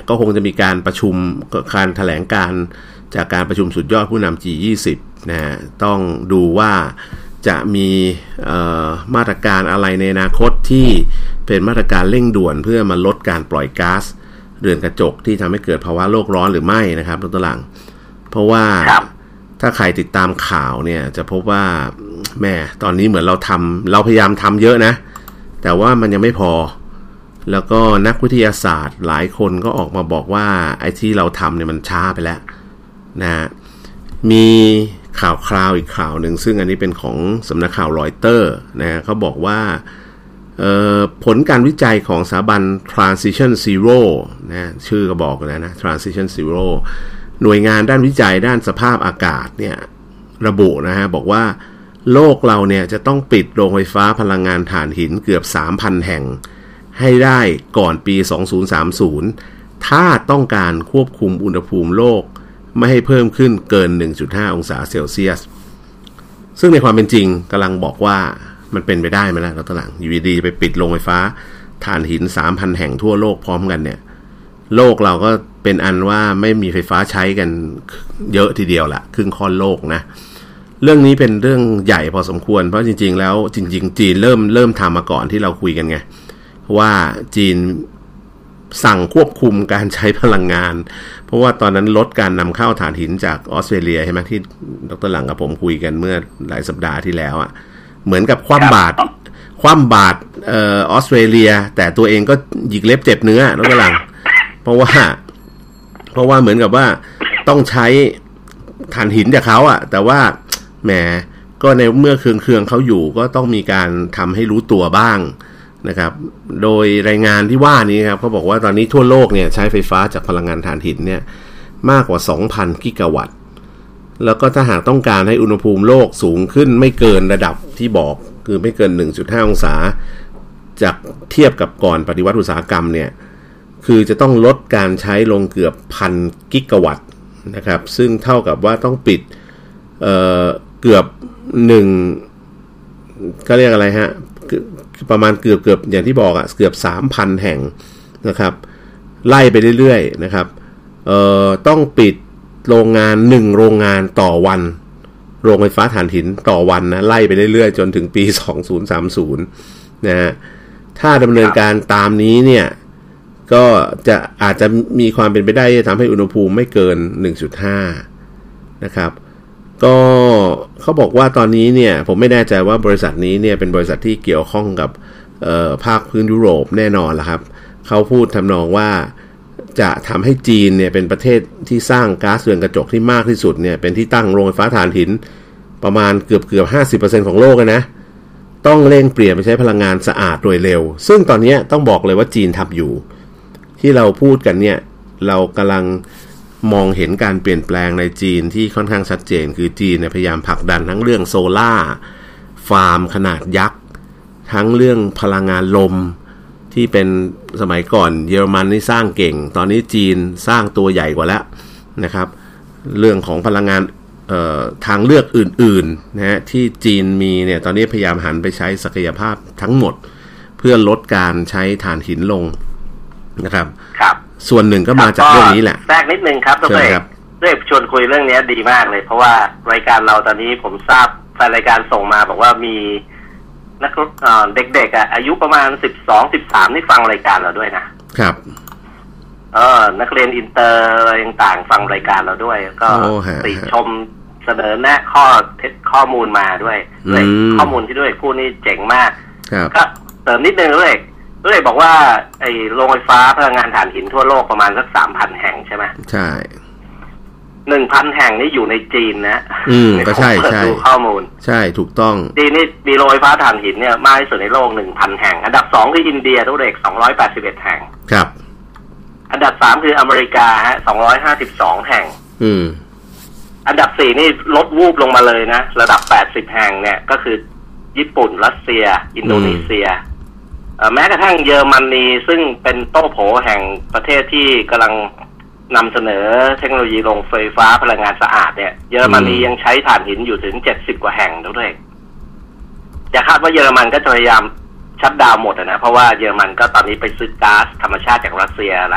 ก็คงจะมีการประชุมการแถลงการจากการประชุมสุดยอดผู้นำ จี ยี่สิบ นะฮะต้องดูว่าจะมีมาตรการอะไรในอนาคตที่เป็นมาตรการเร่งด่วนเพื่อมาลดการปล่อยก๊าซเรือนกระจกที่ทำให้เกิดภาวะโลกร้อนหรือไม่นะครับทุกท่านเพราะว่าถ้าใครติดตามข่าวเนี่ยจะพบว่าแม่ตอนนี้เหมือนเราทำเราพยายามทำเยอะนะแต่ว่ามันยังไม่พอแล้วก็นักวิทยาศาสตร์หลายคนก็ออกมาบอกว่าไอ้ที่เราทำเนี่ยมันช้าไปแล้วนะมีข่าวคราวอีกข่าวหนึ่งซึ่งอันนี้เป็นของสำนักข่าวรอยเตอร์นะเขาบอกว่าผลการวิจัยของสถาบัน Transition Zero นะชื่อก็บอกแล้วนะ Transition Zero หน่วยงานด้านวิจัยด้านสภาพอากาศเนี่ยระบุนะฮะบอกว่าโลกเราเนี่ยจะต้องปิดโรงไฟฟ้าพลังงานถ่านหินเกือบ สามพัน แห่งให้ได้ก่อนปี สองพันสามสิบ ถ้าต้องการควบคุมอุณหภูมิโลกไม่ให้เพิ่มขึ้นเกิน หนึ่งจุดห้า องศาเซลเซียสซึ่งในความเป็นจริงกำลังบอกว่ามันเป็นไปได้ไหมล่ะเราตะหลังอยู่ดีๆไปปิดโรงไฟฟ้าถ่านหิน สามพัน แห่งทั่วโลกพร้อมกันเนี่ยโลกเราก็เป็นอันว่าไม่มีไฟฟ้าใช้กันเยอะทีเดียวละครึ่งค่อนโลกนะเรื่องนี้เป็นเรื่องใหญ่พอสมควรเพราะจริงๆแล้วจริงๆจีนเริ่มเริ่มทำมาก่อนที่เราคุยกันไงว่าจีนสั่งควบคุมการใช้พลังงานเพราะว่าตอนนั้นลดการนำเข้าถ่านหินจากออสเตรเลียใช่ไหมที่ดร.หลังกับผมคุยกันเมื่อหลายสัปดาห์ที่แล้วอ่ะเหมือนกับคว่ำบาตรคว่ำบาตรเอ่อออสเตรเลียแต่ตัวเองก็หยิกเล็บเจ็บเนื้อดร.หลังเพราะว่าเพราะว่าเหมือนกับว่าต้องใช้ถ่านหินจากเขาอ่ะแต่ว่าแหมก็ในเมื่อเคืองๆเขาอยู่ก็ต้องมีการทำให้รู้ตัวบ้างนะครับโดยรายงานที่ว่านี้ครับเขาบอกว่าตอนนี้ทั่วโลกเนี่ยใช้ไฟฟ้าจากพลังงานถ่านหินเนี่ยมากกว่า สองพัน กิกะวัตต์แล้วก็ถ้าหากต้องการให้อุณหภูมิโลกสูงขึ้นไม่เกินระดับที่บอกคือไม่เกิน หนึ่งจุดห้า องศาจากเทียบกับก่อนปฏิวัติอุตสาหกรรมเนี่ยคือจะต้องลดการใช้ลงเกือบพันกิกะวัตต์นะครับซึ่งเท่ากับว่าต้องปิด เอ่อ เกือบหนึ่งก็เรียกอะไรฮะประมาณเกือบเกือบอย่างที่บอกอ่ะเกือบ สามพัน แห่งนะครับไล่ไปเรื่อยๆนะครับเอ่อต้องปิดโรงงานหนึ่งโรงงานต่อวันโรงไฟฟ้าถ่านหินต่อวันนะไล่ไปเรื่อยๆจนถึงปีสองพันสามสิบนะฮะถ้าดำเนินการตามนี้เนี่ยก็จะอาจจะมีความเป็นไปได้ที่จะทำให้อุณหภูมิไม่เกิน หนึ่งจุดห้า นะครับก็เขาบอกว่าตอนนี้เนี่ยผมไม่แน่ใจว่าบริษัทนี้เนี่ยเป็นบริษัทที่เกี่ยวข้องกับภาคพื้นยุโรปแน่นอนละครับเขาพูดทำนองว่าจะทำให้จีนเนี่ยเป็นประเทศที่สร้างก๊าซเรือนกระจกที่มากที่สุดเนี่ยเป็นที่ตั้งโรงไฟฟ้าถ่านหินประมาณเกือบเกือบ ห้าสิบเปอร์เซ็นต์ ของโลกเลยนะต้องเร่งเปลี่ยนไปใช้พลังงานสะอาดโดยเร็วซึ่งตอนนี้ต้องบอกเลยว่าจีนทำอยู่ที่เราพูดกันเนี่ยเรากำลังมองเห็นการเปลี่ยนแปลงในจีนที่ค่อนข้างชัดเจนคือจีนเนี่ยพยายามผลักดันทั้งเรื่องโซล่าฟาร์มขนาดยักษ์ทั้งเรื่องพลังงานลมที่เป็นสมัยก่อนเยอรมันนี่สร้างเก่งตอนนี้จีนสร้างตัวใหญ่กว่าแล้วนะครับเรื่องของพลังงานทางเลือกอื่นๆนะฮะที่จีนมีเนี่ยตอนนี้พยายามหันไปใช้ศักยภาพทั้งหมดเพื่อลดการใช้ถ่านหินลงนะครับครับส่วนหนึ่งก็มาจากเรื่องนี้แหละแทรกนิดนึงครับดร.เอกเรื่องชวนคุยเรื่องนี้ดีมากเลยเพราะว่ารายการเราตอนนี้ผมทราบแฟนรายการส่งมาบอกว่ามีนักเด็กๆอ่ะอายุประมาณสิบสอง สิบสามนี่ฟังรายการเราด้วยนะครับเออนักเรียนอินเตอร์อะไรต่างๆฟังรายการเราด้วยก็ติชมเสนอแนะข้อเท็จข้อมูลมาด้วยเลยข้อมูลที่ด้วยพูดนี่เจ๋งมากก็เติมนิดนึงเลยเลยบอกว่าไอ้โรงไฟฟ้าพลังงานถ่านหินทั่วโลกประมาณสัก สามพัน แห่งใช่ไหมใช่หนึ่งพัน แห่งนี่อยู่ในจีนนะอืมก็ใช่ใช่ดูข้อมูลใช่ถูกต้องจีนนี่มีโรงไฟฟ้าถ่านหินเนี่ยมากที่สุดในโลก หนึ่งพัน แห่งอันดับสองคืออินเดียตัวเลขสองร้อยแปดสิบเอ็ดแห่งครับอันดับสามคืออเมริกาฮะสองร้อยห้าสิบสองแห่งอืมอันดับสี่นี่ลดวูบลงมาเลยนะระดับแปดสิบแห่งเนี่ยก็คือญี่ปุ่นรัสเซียอินโดนีเซียแม้กระทั่งเยอรมนีซึ่งเป็นโต้โผแห่งประเทศที่กำลังนำเสนอเทคโนโลยีโรงไฟฟ้าพลังงานสะอาดเนี่ยเยอรมนียังใช้ถ่านหินอยู่ถึงเจ็ดสิบกว่าแห่งด้วยอย่าคาดว่าเยอรมันก็จะพยายามชัตดาวน์หมดนะเพราะว่าเยอรมันก็ตอนนี้ไปซื้อก๊าซธรรมชาติจากรัสเซียแล้ว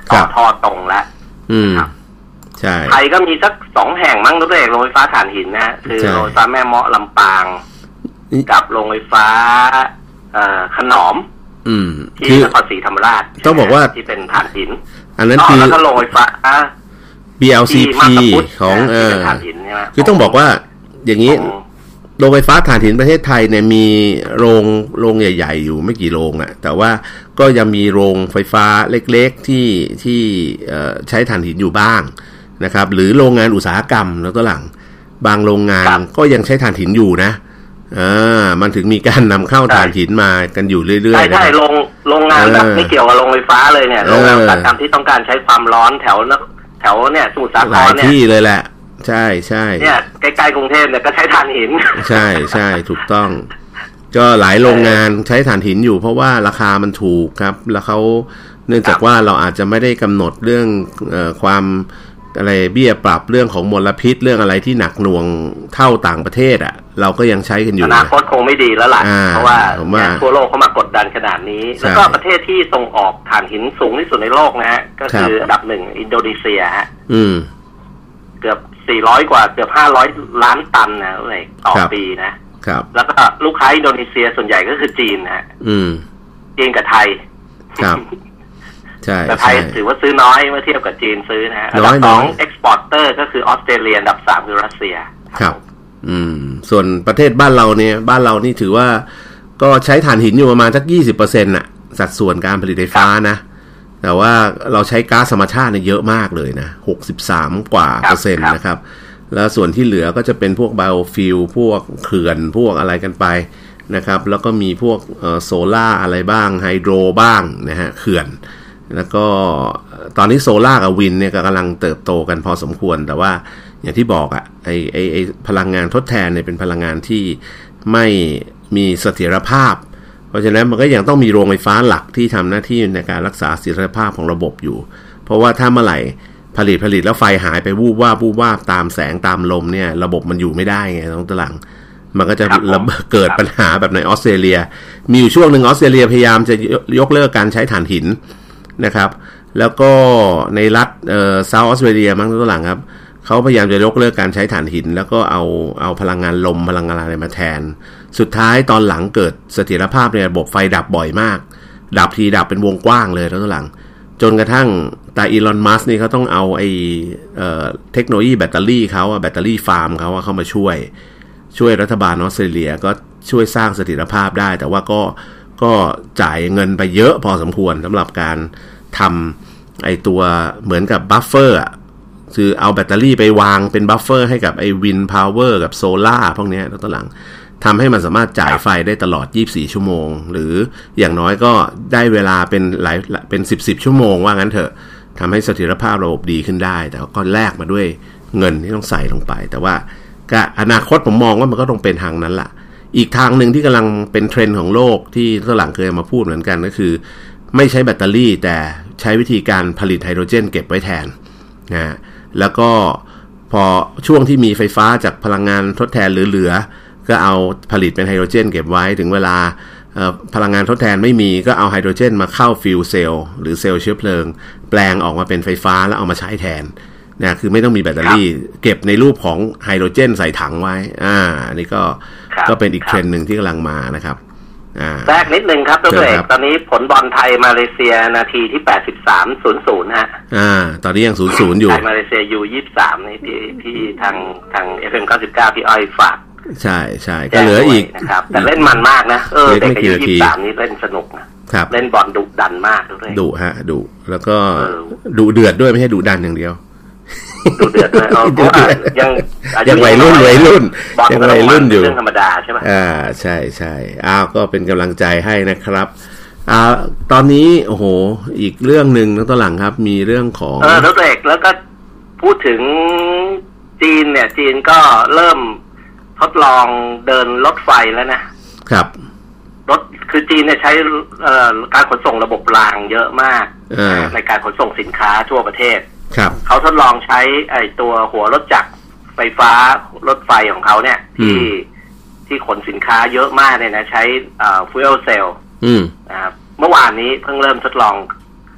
ต่อท่อตรงแล้วครับใช่ไทยก็มีสักสองแห่งมั้งด้วยโรงไฟฟ้าถ่านหินนะคือโรงไฟฟ้าแม่เมาะลำปางกับโรงไฟฟ้าขนอมที่นครศรีธรรมราชต้องบอกว่าที่เป็นถ่านหินอันนั้นคือแล้วก็โรงไฟฟ้าบี แอล ซี พี ของเออคือต้องบอกว่าอย่างนี้โรงไฟฟ้าถ่านหินประเทศไทยเนี่ยมีโรงโรงใหญ่ๆอยู่ไม่กี่โรงอะแต่ว่าก็ยังมีโรงไฟฟ้าเล็กๆที่ที่ใช้ถ่านหินอยู่บ้างนะครับหรือโรงงานอุตสาหกรรมแล้วก็หลังบางโรงงานก็ยังใช้ถ่านหินอยู่นะอ่ามันถึงมีการนำเข้าถ่านหินมากันอยู่เรื่อยๆใช่ใช่โรงโรงงานแบบไม่เกี่ยวกับโรงไฟฟ้าเลยเนี่ยโรงงานอุตสาหกรรมที่ต้องการใช้ความร้อนแถวแถวเนี่ยสมุทรสาครเนี่ยที่เลยแหละใช่ใช่เนี่ยใกล้ๆกรุงเทพเนี่ยก็ใช้ถ่านหินใช่ใช่ถูกต้องก็หลายโรงงานใช้ถ่านหินอยู่เพราะว่าราคามันถูกครับแล้วเขาเนื่องจากว่าเราอาจจะไม่ได้กำหนดเรื่องเอ่อความอะไรเบี้ยปรับเรื่องของมลพิษเรื่องอะไรที่หนักหน่วงเท่าต่างประเทศอ่ะเราก็ยังใช้กันอยู่อนาคตคงไม่ดีแล้วล่ะเพราะว่าทั่วโลกเขามากดดันขนาดนี้แล้วก็ประเทศที่ส่งออกถ่านหินสูงที่สุดในโลกนะฮะก็คืออันดับหนึ่งอินโดนีเซียฮะเกือบสี่ร้อยกว่าเกือบห้าร้อยล้านตันนะเลยต่อปีนะครับแล้วก็ลูกค้าอินโดนีเซียส่วนใหญ่ก็คือจีนนะฮะจีนกับไทยครับใช่แต่ไทยถือว่าซื้อน้อยเมื่อเทียบกับจีนซื้อนะฮะอันดับสองเอ็กซ์พอร์เตอร์ก็คือออสเตรเลียอันดับสามคือรัสเซียครับอืมส่วนประเทศบ้านเราเนี่ยบ้านเรานี่ถือว่าก็ใช้ถ่านหินอยู่ประมาณสักยี่สิบเปอร์เซ็นต์น่ะสัดส่วนการผลิตไฟฟ้านะแต่ว่าเราใช้ก๊าซธรรมชาติเนี่ยเยอะมากเลยนะหกสิบสามกว่าเปอร์เซ็นต์นะครับแล้วส่วนที่เหลือก็จะเป็นพวกไบโอฟิลพวกเขื่อนพวกอะไรกันไปนะครับแล้วก็มีพวกเอ่อโซล่าอะไรบ้างไฮโดรบ้างนะฮะเขื่อนแล้วก็ตอนนี้โซล่ากับวินเนี่ยก็กำลังเติบโตกันพอสมควรแต่ว่าอย่างที่บอกอะไอไอไอพลังงานทดแทนเนี่ยเป็นพลังงานที่ไม่มีเสถียรภาพเพราะฉะนั้นมันก็ยังต้องมีโรงไฟฟ้าหลักที่ทำหน้าที่ในการรักษาเสถียรภาพของระบบอยู่เพราะว่าถ้าเมื่อไหร่ผลิตผลิตแล้วไฟหายไปวูบวาบวูบวาบตามแสงตามลมเนี่ยระบบมันอยู่ไม่ได้ไงต้องตะหลังมันก็จะเกิดปัญหาแบบในออสเตรเลียมีอยู่ช่วงหนึ่งออสเตรเลียพยายามจะยกเลิกการใช้ถ่านหินนะครับแล้วก็ในรัฐเอ่อเซาท์ออสเตรเลียมั้งตัวหลังครับเขาพยายามจะยกเลิกการใช้ถ่านหินแล้วก็เอาเอาพลังงานลมพลังงานอะไรมาแทนสุดท้ายตอนหลังเกิดเสถียรภาพในระบบไฟดับบ่อยมากดับทีดับเป็นวงกว้างเลยตัวหลังจนกระทั่งตาอีลอนมัสก์นี่เขาต้องเอาไอ้เอ่อเทคโนโลยีแบตเตอรี่เขาอะแบตเตอรี่ฟาร์มเขาเข้ามาช่วยช่วยรัฐบาลออสเตรเลียก็ช่วยสร้างเสถียรภาพได้แต่ว่าก็ก็จ่ายเงินไปเยอะพอสมควรสำหรับการทำไอตัวเหมือนกับบัฟเฟอร์อ่ะคือเอาแบตเตอรี่ไปวางเป็นบัฟเฟอร์ให้กับไอวินพาวเวอร์กับโซล่าพวกนี้แล้วต่อหลังทำให้มันสามารถจ่ายไฟได้ตลอดยี่สิบสี่ชั่วโมงหรืออย่างน้อยก็ได้เวลาเป็นหลายเป็นสิบ สิบชั่วโมงว่างั้นเถอะทำให้เสถียรภาพระบบดีขึ้นได้แต่ก็แลกมาด้วยเงินที่ต้องใส่ลงไปแต่ว่าก็อนาคตผมมองว่ามันก็ต้องเป็นทางนั้นล่ะอีกทางหนึ่งที่กำลังเป็นเทรนด์ของโลกที่ตัวหลังเคยมาพูดเหมือนกันก็คือไม่ใช้แบตเตอรี่แต่ใช้วิธีการผลิตไฮโดรเจนเก็บไว้แทนนะแล้วก็พอช่วงที่มีไฟฟ้าจากพลังงานทดแทนเหลือๆก็เอาผลิตเป็นไฮโดรเจนเก็บไว้ถึงเวลาพลังงานทดแทนไม่มีก็เอาไฮโดรเจนมาเข้าฟิวเซลล์หรือเซลล์เชื้อเพลิงแปลงออกมาเป็นไฟฟ้าแล้วเอามาใช้แทนนะคือไม่ต้องมีแบตเตอรี่เก็บในรูปของไฮโดรเจนใส่ถังไว้อ่าอันนี้ก็ก็เป็นอีกเทรนด์หนึ่งที่กำลังมานะครับแทรกนิดนึงครับตัวเอกตอนนี้ผลบอลไทยมาเลเซียนาทีที่แปดสิบสาม ศูนย์ ศูนย์ฮะอ่าตอนนี้ยังศูนย์ ศูนย์อยู่ไทยมาเลเซียยูยี่สิบสามนี่ที่ที่ทางทาง เอฟ เอ็ม เก้าสิบเก้าพี่อ้อยฝากใช่ใช่ก็เหลืออีกนะครับแต่เล่นมันมากนะเออเด็กอายุยี่สิบสามนี่เล่นสนุกนะครับเล่นบอลดุดันมากด้วยดุฮะดุแล้วก็ดุเดือดด้วยไม่ใช่ดุดันอย่างเดียวดูเดือดเลยอ๋อยังยังวัยรุ่นวัยรุ่นยังวัยรุ่นอยู่เรื่องธรรมดาใช่ไหมอ่าใช่ใช่อ้าวก็เป็นกำลังใจให้นะครับอ่าตอนนี้โอ้โหอีกเรื่องหนึ่งแล้วต่อหลังครับมีเรื่องของเออแล้วเอกแล้วก็พูดถึงจีนเนี่ยจีนก็เริ่มทดลองเดินรถไฟแล้วนะครับรถคือจีนเนี่ยใช้การขนส่งระบบรางเยอะมากในการขนส่งสินค้าทั่วประเทศเขาทดลองใช้ไอ้ตัวหัวรถจักรไฟฟ้ารถไฟของเขาเนี่ยที่ที่ขนสินค้าเยอะมากเนี่ยนะใช้อ่า fuel cell นะครับเมื่อวานนี้เพิ่งเริ่มทดลอง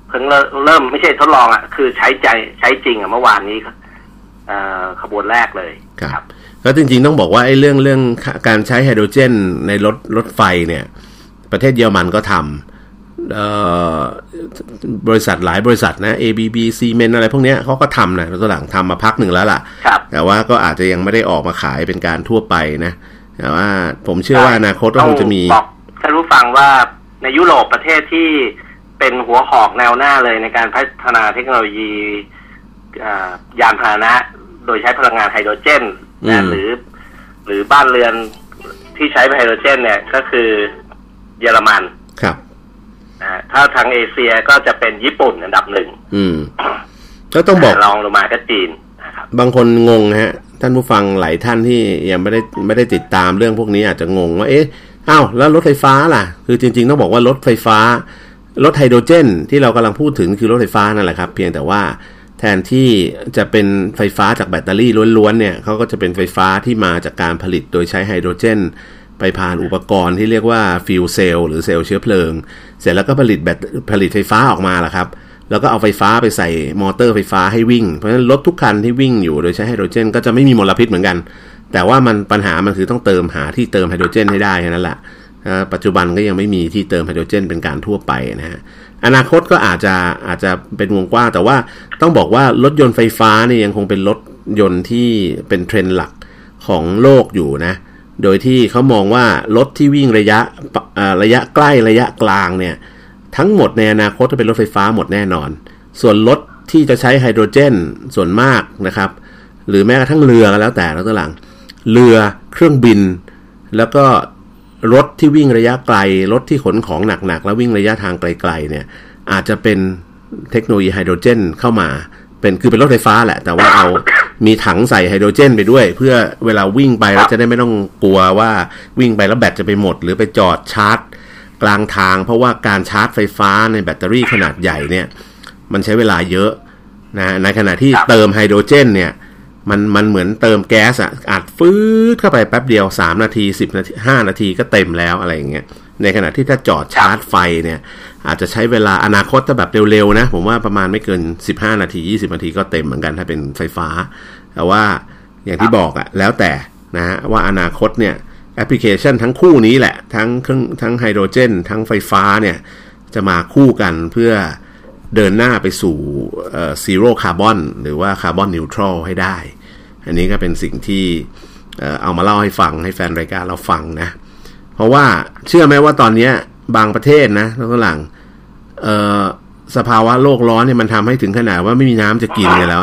เพิ่งเริ่มไม่ใช่ทดลองอ่ะคือใช้ใจใช้จริงอ่ะเมื่อวานนี้ขบวนแรกเลยครับแล้วจริงๆต้องบอกว่าไอ้เรื่องเรื่องการใช้ไฮโดรเจนในรถรถไฟเนี่ยประเทศเยอรมันก็ทำบริษัทหลายบริษัทนะ เอ บี บี Siemens อะไรพวกนี้เขาก็ทำนะตัวหลังทำมาพักหนึ่งแล้วล่ะแต่ว่าก็อาจจะยังไม่ได้ออกมาขายเป็นการทั่วไปนะแต่ว่าผมเชื่อว่าอนาคตก็คงจะมีบอกท่านผู้ฟังว่าในยุโรปประเทศที่เป็นหัวหอกแนวหน้าเลยในการพัฒนาเทคโนโลยียานพาหนะโดยใช้พลังงานไฮโดรเจนนะหรือหรือบ้านเรือนที่ใช้ไฮโดรเจนเนี่ยก็คือเยอรมันครับนะถ้าทางเอเชียก็จะเป็นญี่ปุ่นอันดับหนึ่งอืมก็ต้องบอกรองลงมาก็จีนนะครับบางคนงงฮะท่านผู้ฟังหลายท่านที่ยังไม่ได้ไม่ได้ติดตามเรื่องพวกนี้อาจจะงงว่าเอ๊ะอ้าวแล้วรถไฟฟ้าล่ะคือจริงๆต้องบอกว่ารถไฟฟ้ารถไฮโดรเจนที่เรากำลังพูดถึงคือรถไฟฟ้านั่นแหละครับเพียงแต่ว่าแทนที่จะเป็นไฟฟ้าจากแบตเตอรี่ล้วนๆเนี่ยเขาก็จะเป็นไฟฟ้าที่มาจากการผลิตโดยใช้ไฮโดรเจนไปผ่านอุปกรณ์ที่เรียกว่าฟิวเซลหรือเซลล์เชื้อเพลิงเสร็จแล้วก็ผลิตแบตผลิตไฟฟ้าออกมาล่ะครับแล้วก็เอาไฟฟ้าไปใส่มอเตอร์ไฟฟ้าให้วิ่งเพราะฉะนั้นรถทุกคันที่วิ่งอยู่โดยใช้ไฮโดรเจนก็จะไม่มีมลพิษเหมือนกันแต่ว่ามันปัญหามันคือต้องเติมหาที่เติมไฮโดรเจนให้ได้แค่นั้นแหละปัจจุบันก็ยังไม่มีที่เติมไฮโดรเจนเป็นการทั่วไปนะฮะอนาคตก็อาจจะอาจจะเป็นวงกว้างแต่ว่าต้องบอกว่ารถยนต์ไฟฟ้าเนี่ยยังคงเป็นรถยนต์ที่เป็นเทรนด์หลักของโลกอยู่นะโดยที่เขามองว่ารถที่วิ่งระยะระยะใกล้ระยะกลางเนี่ยทั้งหมดในอนาคตจะเป็นรถไฟฟ้าหมดแน่นอนส่วนรถที่จะใช้ไฮโดรเจนส่วนมากนะครับหรือแม้กระทั่งเรือก็แล้วแต่แล้วตัวหลังเรือเครื่องบินแล้วก็รถที่วิ่งระยะไกลรถที่ขนของหนักๆแล้ววิ่งระยะทางไกลๆเนี่ยอาจจะเป็นเทคโนโลยีไฮโดรเจนเข้ามาเป็นคือเป็นรถไฟฟ้าแหละแต่ว่าเอามีถังใส่ไฮโดรเจนไปด้วยเพื่อเวลาวิ่งไปแล้วจะได้ไม่ต้องกลัวว่าวิ่งไปแล้วแบตจะไปหมดหรือไปจอดชาร์จกลางทางเพราะว่าการชาร์จไฟฟ้าในแบตเตอรี่ขนาดใหญ่เนี่ยมันใช้เวลาเยอะนะในขณะที่เติมไฮโดรเจนเนี่ยมันมันเหมือนเติมแก๊สอ่ะอัดฟืดเข้าไปแป๊บเดียวสามนาทีสิบนาทีห้านาทีก็เต็มแล้วอะไรอย่างเงี้ยในขณะที่ถ้าจอดชาร์จไฟเนี่ยอาจจะใช้เวลาอนาคตถ้าแบบเร็วๆนะผมว่าประมาณไม่เกินสิบห้านาทียี่สิบนาทีก็เต็มเหมือนกันถ้าเป็นไฟฟ้าแต่ว่าอย่างที่บอกอ่ะแล้วแต่นะฮะว่าอนาคตเนี่ยแอปพลิเคชันทั้งคู่นี้แหละทั้งเครื่องทั้งไฮโดรเจนทั้งไฟฟ้าเนี่ยจะมาคู่กันเพื่อเดินหน้าไปสู่เอ่อซีโร่คาร์บอนหรือว่าคาร์บอนนิวทรัลให้ได้อันนี้ก็เป็นสิ่งที่เอ่อเอามาเล่าให้ฟังให้แฟนรายการเราฟังนะเพราะว่าเชื่อไหมว่าตอนนี้บางประเทศนะแล้วก็หลังเอ่อสภาวะโลกร้อนเนี่ยมันทำให้ถึงขนาดว่าไม่มีน้ำจะกินกันแล้ว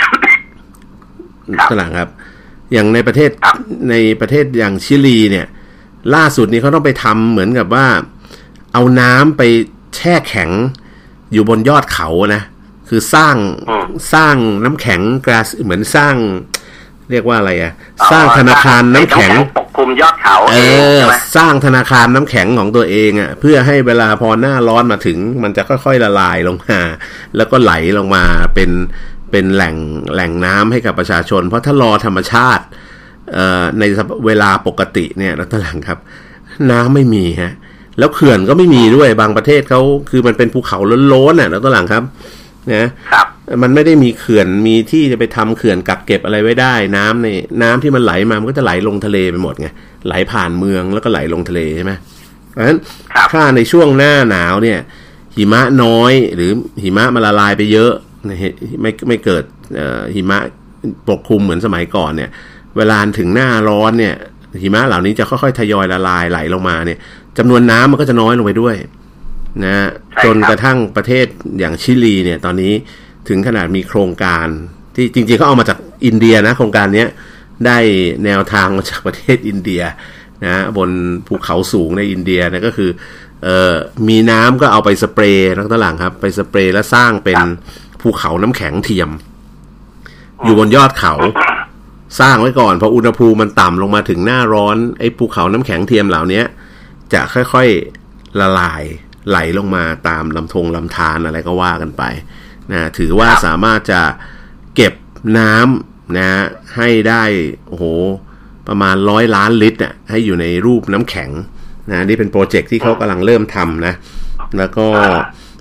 ข้างหลังครับอย่างในประเทศในประเทศอย่างชิลีเนี่ยล่าสุดนี้เขาต้องไปทำเหมือนกับว่าเอาน้ำไปแช่แข็งอยู่บนยอดเขานะคือสร้างสร้างน้ำแข็งกราสเหมือนสร้างเรียกว่าอะไรอะสร้างธนาคารน้ำแข็งปกคลุมยอดเขาเออสร้างธนาคารน้ำแข็งของตัวเองอะเพื่อให้เวลาพอหน้าร้อนมาถึงมันจะค่อยๆละลายลงมาแล้วก็ไหลลงมาเป็นเป็นแหล่งแหล่งน้ำให้กับประชาชนเพราะถ้ารอธรรมชาติเอ่อในเวลาปกติเนี่ยแล้วตหลังครับน้ำไม่มีฮะแล้วเขื่อนก็ไม่มีด้วยบางประเทศเขาคือมันเป็นภูเขาล้นๆน่ะแล้วตหลังครับนะครับมันไม่ได้มีเขื่อนมีที่จะไปทำเขื่อนกักเก็บอะไรไว้ได้น้ำในน้ำที่มันไหลมามันก็จะไหลลงทะเลไปหมดไงไหลผ่านเมืองแล้วก็ไหลลงทะเลใช่ไหมเพราะฉะนั้นถ้าในช่วงหน้าหนาวเนี่ยหิมะน้อยหรือหิมะมันละลายไปเยอะไม่ไม่เกิดหิมะปกคลุมเหมือนสมัยก่อนเนี่ยเวลาถึงหน้าร้อนเนี่ยหิมะเหล่านี้จะค่อยๆทยอยละลายไหลลงมาเนี่ยจำนวนน้ำมันก็จะน้อยลงไปด้วยนะจนกระทั่งประเทศอย่างชิลีเนี่ยตอนนี้ถึงขนาดมีโครงการที่จริงๆเขาเอามาจากอินเดียนะโครงการนี้ได้แนวทางมาจากประเทศอินเดียนะบนภูเขาสูงในอินเดียนะก็คือเอ่อมีน้ำก็เอาไปสเปรย์ทั้งตะหลังครับไปสเปรย์แล้วสร้างเป็นภูเขาน้ำแข็งเทียมอยู่บนยอดเขาสร้างไว้ก่อนพออุณหภูมิมันต่ำลงมาถึงหน้าร้อนไอ้ภูเขาน้ำแข็งเทียมเหล่านี้จะค่อยๆละลายไหลลงมาตามลำธงลำธารอะไรก็ว่ากันไปนะถือว่าสามารถจะเก็บน้ำนะให้ได้โอ้โหประมาณร้อยล้านลิตรอ่ะให้อยู่ในรูปน้ำแข็งนะนี่เป็นโปรเจกต์ที่เขากำลังเริ่มทำนะแล้วก็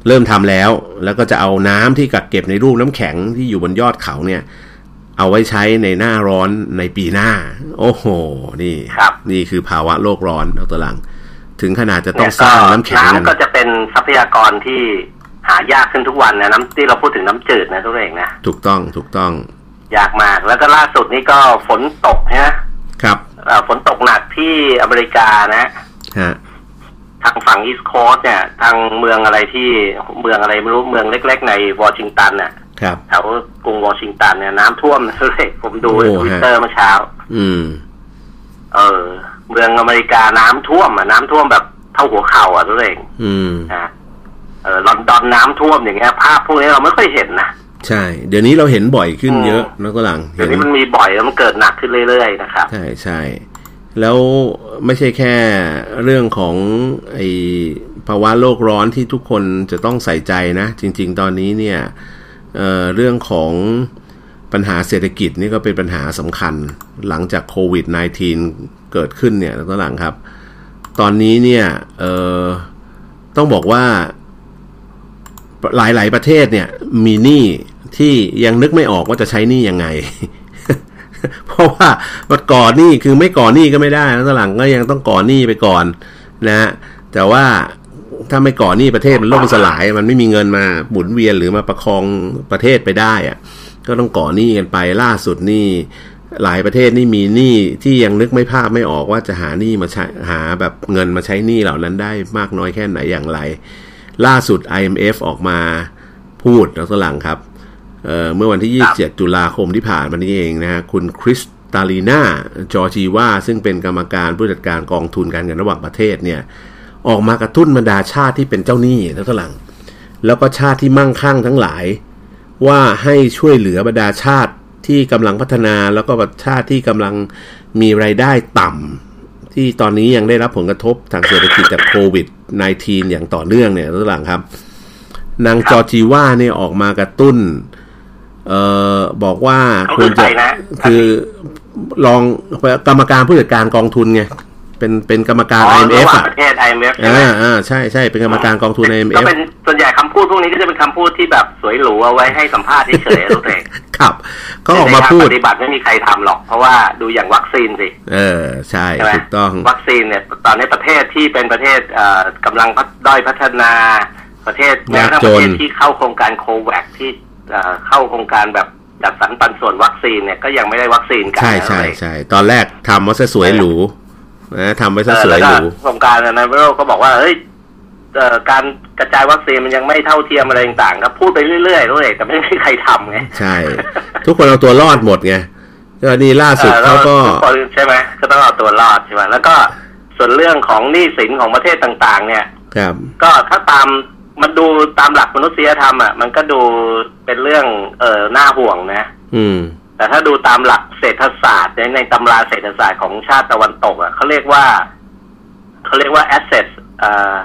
เริ่มทำแล้วแล้วก็จะเอาน้ำที่กักเก็บในรูปน้ำแข็งที่อยู่บนยอดเขาเนี่ยเอาไว้ใช้ในหน้าร้อนในปีหน้าโอ้โหนี่นี่คือภาวะโลกร้อนดร.หลังถึงขนาดจะต้องสร้างน้ำแข็งน้ำก็จะเป็นทรัพยากรที่หายากขึ้นทุกวันนะน้ำที่เราพูดถึงน้ำจืดนะทุกเองนะถูกต้องถูกต้องยากมากแล้วก็ล่าสุดนี้ก็ฝนตกนะครับฝนตกหนักที่อเมริกานะฮะทางฝั่งอีสต์โคสต์เนี่ยทางเมืองอะไรที่เมืองอะไรไม่รู้เมืองเล็กๆในวอชิงตันน่ะแถวกรุงวอชิงตันเนี่ยน้ำท่วมเลยผมดูในทวิตเตอร์เมื่อเช้าอืมเออเมืองอเมริกาน้ำท่วมอ่ะน้ำท่วมแบบเท่าหัวเข่าอ่ะทุกเองอืมนะเออลอนดอนน้ำท่วมอย่างเงี้ยภาพพวกนี้เราไม่ค่อยเห็นนะใช่เดี๋ยวนี้เราเห็นบ่อยขึ้นเยอะนะก็หลังเดี๋ยวนี้มันมีบ่อยแล้วมันเกิดหนักขึ้นเรื่อยๆนะครับใช่ใช่แล้วไม่ใช่แค่เรื่องของไอ้ภาวะโลกร้อนที่ทุกคนจะต้องใส่ใจนะจริงๆตอนนี้เนี่ย เอ่อ เรื่องของปัญหาเศรษฐกิจนี่ก็เป็นปัญหาสำคัญหลังจากโควิด สิบเก้า เกิดขึ้นเนี่ยตอนหลังครับตอนนี้เนี่ยเอ่อต้องบอกว่าหลายๆประเทศเนี่ยมีหนี้ที่ยังนึกไม่ออกว่าจะใช้หนี้ยังไง เพราะว่าบัดก่อหนี้คือไม่ก่อหนี้ก็ไม่ได้แล้วตอนหลังก็ยังต้องก่อหนี้ไปก่อนนะแต่ว่าถ้าไม่ก่อหนี้ประเทศมันล่มสลายมันไม่มีเงินมาหมุนเวียนหรือมาประคองประเทศไปได้อะก็ต้องก่อหนี้กันไปล่าสุดนี่หลายประเทศนี่มีหนี้ที่ยังนึกไม่ภาพไม่ออกว่าจะหาหนี้มาใช้หาแบบเงินมาใช้หนี้เหล่านั้นได้มากน้อยแค่ไหนอย่างไรล่าสุด ไอ เอ็ม เอฟ ออกมาพูดแล้วตอนหลังครับ เอ่อ เมื่อวันที่ยี่สิบเจ็ดตุลาคมที่ผ่านมานี้เองนะฮะคุณคริสตาลีนาจอร์จีวาซึ่งเป็นกรรมการผู้จัดการกองทุนการเงินระหว่างประเทศเนี่ยออกมากระตุ้นบรรดาชาติที่เป็นเจ้าหนี้แล้วตอนหลังแล้วก็ชาติที่มั่งคั่งทั้งหลายว่าให้ช่วยเหลือบรรดาชาติที่กำลังพัฒนาแล้วก็ชาติที่กำลังมีรายได้ต่ำที่ตอนนี้ยังได้รับผลกระทบทางเศรษฐกิจจากโควิด สิบเก้า อย่างต่อเนื่องเนี่ยระหว่างครับนางจอร์จีว่าเนี่ยออกมากระตุ้นเอ่อบอกว่าควรจะคือลองกรรมการผู้จัดการกองทุนไงเป็นเป็นกรรมการ ไอ เอ็ม เอฟ อ่ะประเทศ ไอ เอ็ม เอฟ ใช่ไหมอ่าๆใช่ๆเป็นกรรมการกองทุน ไอ เอ็ม เอฟก็เป็นส่วนใหญ่คำพูดพวกนี้ก็จะเป็นคำพูดที่แบบสวยหรูเอาไว้ให้สัมภาษณ์เฉยๆรู้เองครับก็ออกมาพูดปฏิบัติไม่มีใครทำหรอกเพราะว่าดูอย่างวัคซีนสิเออใช่ถูกต้องวัคซีนเนี่ยตอนนี้ประเทศที่เป็นประเทศเอ่อกำลังด้อยพัฒนาประเทศแม้กระทั่งประเทศที่เข้าโครงการโคแวคที่เอ่อเข้าโครงการแบบจัดสรรปันส่วนวัคซีนเนี่ยก็ยังไม่ได้วัคซีนกันใช่ใช่ใช่ตอนแรกทำมาซะสวยหรูนะทำไว้ซะสวยหรูโครงการในโลกก็บอกว่าเฮ้ยการกระจายวัคซีนมันยังไม่เท่าเทียมอะไรต่างๆครับพูดไปเรื่อยๆด้วยแต่ไม่มีใครทำไงใช่ทุกคนเอาตัวรอดหมดไงก็นี่ล่าสุดเขาก็ใช่ไหมก็ต้องเอาตัวรอดใช่ไหมแล้วก็ส่วนเรื่องของหนี้สินของประเทศต่างๆเนี่ยครับก็ถ้าตามมันดูตามหลักมนุษยธรรมอ่ะมันก็ดูเป็นเรื่องเอ่อน่าห่วงนะอืมแต่ถ้าดูตามหลักเศรษฐศาสตร์ในในตำราเศรษฐศาสตร์ของชาติตะวันตกอ่ะเขาเรียกว่าเขาเรียกว่า asset เอ่อ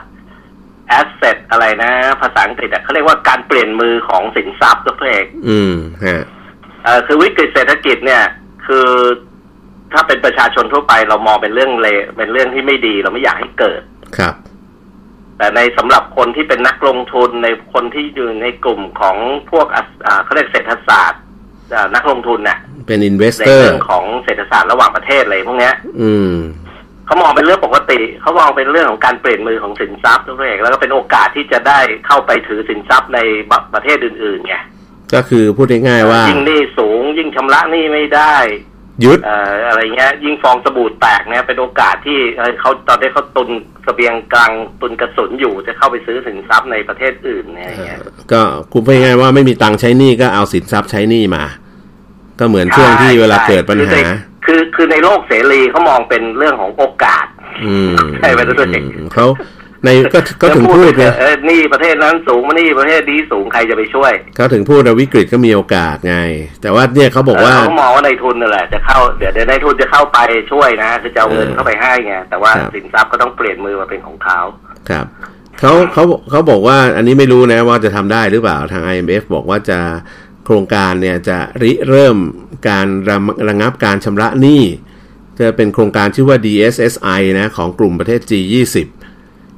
asset อะไรนะภาษาอังกฤษอ่ะเขาเรียกว่าการเปลี่ยนมือของสินทรัพย์ตัวเองอืมฮะเอ่อคือวิกฤตเศรษฐกิจเนี่ยคือถ้าเป็นประชาชนทั่วไปเรามองเป็นเรื่องเลวเป็นเรื่องที่ไม่ดีเราไม่อยากให้เกิดครับแต่ในสำหรับคนที่เป็นนักลงทุนในคนที่อยู่ในกลุ่มของพวกอ่าเขาเรียกเศรษฐศาสตร์นักลงทุนน่ะเป็นอินเวสเตอร์ในเรื่องของเศรษฐศาสตร์ระหว่างประเทศอะไรพวกเนี้ยอืมเขามองเป็นเรื่องปกติเขามองเป็นเรื่องของการเปลี่ยนมือของสินทรัพย์ตัวเองแล้วก็เป็นโอกาสที่จะได้เข้าไปถือสินทรัพย์ในประเทศอื่นๆไงก็คือพูดง่ายๆว่ายิ่งหนี้สูงยิ่งชำระหนี้ไม่ได้ยึดเอ่ออะไรเงี้ยยิ่งฟองสบู่แตกเนี่ยเป็นโอกาสที่เขาตอนนี้เขาตุนเสบียงกลางตุนกระสุนอยู่จะเข้าไปซื้อสินทรัพย์ในประเทศอื่นเนี่ยอย่างเงี้ยก็คุณพูดง่ายๆว่าไม่มีตังค์ใช้หนี้ก็เอาสินทรัพย์ใช้หนี้มาก็เหมือนช่วงที่เวลาเกิดปัญหาคือคือในโลกเสรีเขามองเป็นเรื่องของโอกาสใช่ไหมทุกท่านเขาในก็ก็ถึงพูดไงเออนี่ประเทศนั้นสูงมานี่ประเทศนี้สูงใครจะไปช่วยเขาถึงพูดว่าวิกฤตก็มีโอกาสไงแต่ว่าเนี่ยเขาบอกว่าเขามองว่าในทุนนั่นแหละจะเข้าเดี๋ยวเดี๋ยวในทุนจะเข้าไปช่วยนะคือจะเอาเงินเข้าไปให้ไงแต่ว่าสินทรัพย์ก็ต้องเปลี่ยนมือมาเป็นของเขาครับเขาเขาเขาบอกว่าอันนี้ไม่รู้นะว่าจะทำได้หรือเปล่าทาง ไอ เอ็ม เอฟ บอกว่าจะโครงการเนี่ยจะริเริ่มการระระงับการชำระหนี้จะเป็นโครงการชื่อว่า ดี เอส เอส ไอ นะของกลุ่มประเทศ จี ยี่สิบ ที่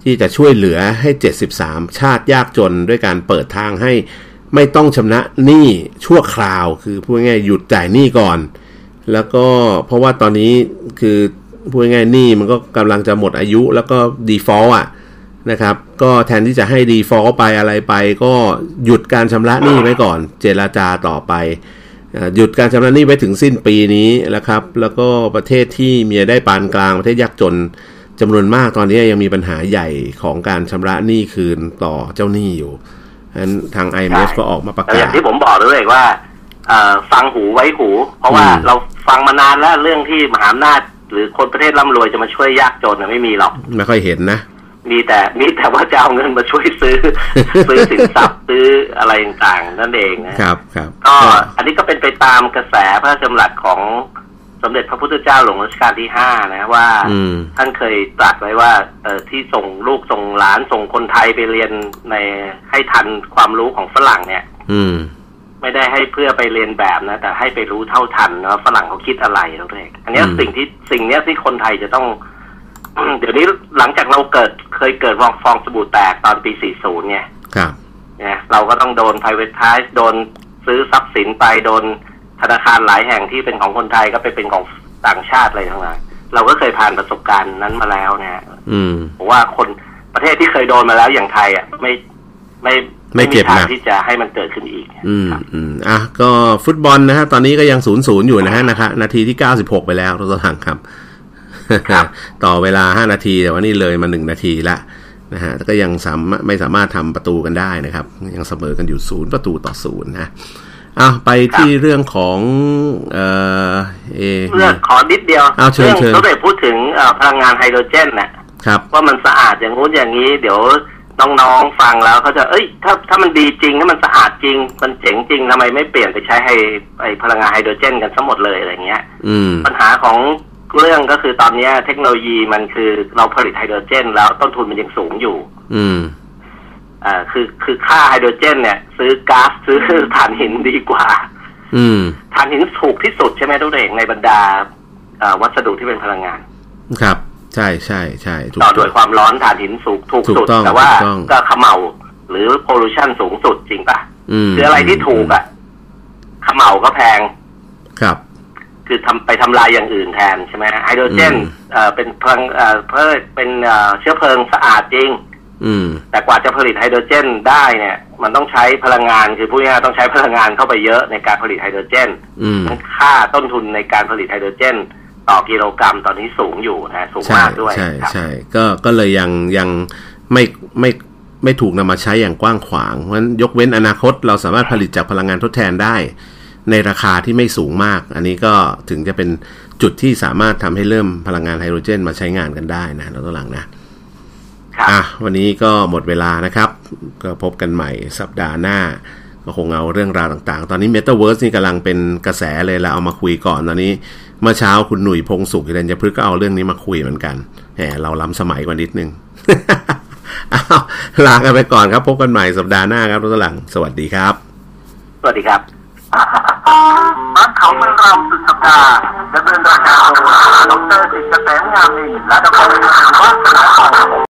ที่จะช่วยเหลือให้เจ็ดสิบสามชาติยากจนด้วยการเปิดทางให้ไม่ต้องชำระหนี้ชั่วคราวคือพูดง่ายๆหยุดจ่ายหนี้ก่อนแล้วก็เพราะว่าตอนนี้คือพูดง่ายๆหนี้มันก็กำลังจะหมดอายุแล้วก็ default อ่ะนะครับก็แทนที่จะให้ default ไปอะไรไปก็หยุดการชำระหนี้ไว้ก่อนเจรจาต่อไปหยุดการชำระหนี้ไว้ถึงสิ้นปีนี้แล้วครับแล้วก็ประเทศที่มีรายได้ปานกลางประเทศยากจนจำนวนมากตอนนี้ยังมีปัญหาใหญ่ของการชำระหนี้คืนต่อเจ้าหนี้อยู่นั้นทาง ไอ เอ็ม เอฟ ก็ออกมาประกาศอย่างที่ผมบอกด้วยว่าฟังหูไว้หูเพราะว่าเราฟังมานานแล้วเรื่องที่มหาอำนาจหรือคนประเทศร่ำรวยจะมาช่วยยากจนไม่มีหรอกไม่ค่อยเห็นนะมีแต่มีแต่ว่าจะเอาเงินมาช่วยซื้อ ซื้อสินทรัพย์ซื้ออะไรต่างๆนั่นเองนะครับครับก็อันนี้ก็เป็นไปตามกระแสพระราชดำรัสของสมเด็จพระพุทธเจ้าหลวงรัชกาลที่ห้านะว่าท่านเคยตรัสไว้ว่าเอ่อที่ส่งลูกส่งหลานส่งคนไทยไปเรียนในให้ทันความรู้ของฝรั่งเนี่ยไม่ได้ให้เพื่อไปเรียนแบบนะแต่ให้ไปรู้เท่าทันนะฝรั่งเขาคิดอะไรแล้วเองอันนี้สิ่งที่สิ่งนี้ที่คนไทยจะต้องเดี๋ยวนี้หลังจากเราเกิดเคยเกิดฟองสบู่แตกตอนปีสี่สิบไงครับเนี่ยเราก็ต้องโดน privatize โดนซื้อทรัพย์สินไปโดนธนาคารหลายแห่งที่เป็นของคนไทยก็ไปเป็นของต่างชาติอะไรทั้งนั้นเราก็เคยผ่านประสบการณ์นั้นมาแล้วเนี่ยผมว่าคนประเทศที่เคยโดนมาแล้วอย่างไทยอ่ะไม่ไม่ไม่เก็บนะที่จะให้มันเกิดขึ้นอีกอืมอืมอ่ะก็ฟุตบอลนะฮะตอนนี้ก็ยังศูนย์ศูนย์อยู่นะฮะนะคะนาทีที่เก้าสิบหกไปแล้วทุกท่านครับต่อเวลาห้านาทีแต่ว่านี่เลยมาหนึ่งนาทีละนะฮะก็ยังสามไม่สามารถทำประตูกันได้นะครับยังเสมอกันอยู่ศูนย์ประตูต่อศูนย์นะอ้าวไปที่เรื่องของเอ่อเอเรื่องขอนิดเดียวเรื่องเขาได้พูดถึงพลังงานไฮโดรเจนนะครับว่ามันสะอาดอย่างงู้นอย่างนี้เดี๋ยวน้องๆฟังแล้วเขาจะเอ้ยถ้าถ้ามันดีจริงถ้ามันสะอาดจริงมันเจ๋งจริงทำไมไม่เปลี่ยนไปใช้ให้ไอพลังงานไฮโดรเจนกันทั้งหมดเลยอะไรเงี้ยปัญหาของเรื่องก็คือตอนนี้เทคโนโลยีมันคือเราผลิตไฮโดรเจนแล้วต้นทุนมันยังสูงอยู่อืมอ่าคือคือค่าไฮโดรเจนเนี่ยซื้อก๊าซซื้อถ่านหินดีกว่าอืมถ่านหินถูกที่สุดใช่ไหมทุกเองในบรรดาอ่าวัสดุที่เป็นพลังงานครับใช่ใช่ใช่ต่อโดยความร้อนถ่านหินสูงถูกสุดแต่ว่าก็เขม่าหรือโพลูชันสูงสุดจริงป่ะคืออะไรที่ถูกอ่ะเขม่าก็แพงครับคือทำไปทำลายอย่างอื่นแทนใช่ไหมไฮโดรเจนเอ่อเป็นพลังเอ่อเพื่อเป็นเอ่อเชื้อเพลิงสะอาดจริงแต่กว่าจะผลิตไฮโดรเจนได้เนี่ยมันต้องใช้พลังงานคือพูดง่ายๆต้องใช้พลังงานเข้าไปเยอะในการผลิตไฮโดรเจนค่าต้นทุนในการผลิตไฮโดรเจนต่อกิโลกรัมตอนนี้สูงอยู่นะสูงมากด้วยใช่ใช่ก็ก็เลยยังยังไม่ไม่ไม่ถูกนำมาใช้อย่างกว้างขวางเพราะฉะนั้นยกเว้นอนาคตเราสามารถผลิตจากพลังงานทดแทนได้ในราคาที่ไม่สูงมากอันนี้ก็ถึงจะเป็นจุดที่สามารถทำให้เริ่มพลังงานไฮโดรเจนมาใช้งานกันได้นะเราตัวหลังนะอ่ะวันนี้ก็หมดเวลานะครับก็พบกันใหม่สัปดาห์หน้าก็คงเอาเรื่องราวต่างๆตอนนี้ Metaverse นี่กำลังเป็นกระแสเลยเราเอามาคุยก่อนตอนนี้เมื่อเช้าคุณหนุ่ยพงษ์สุขฮิรัญญพฤกษ์ก็เอาเรื่องนี้มาคุยเหมือนกันแหมเราล้ำสมัยกว่านิดนึง อ้าวลากันไปก่อนครับพบกันใหม่สัปดาห์หน้าครับทุกท่านสวัสดีครับสวัสดีครับบ้านเขาเมืองเราสุดสัปดาห์ดำเนินรายการโดยดร.สิทธิ์เกษมงามดีและดร.วัฒนา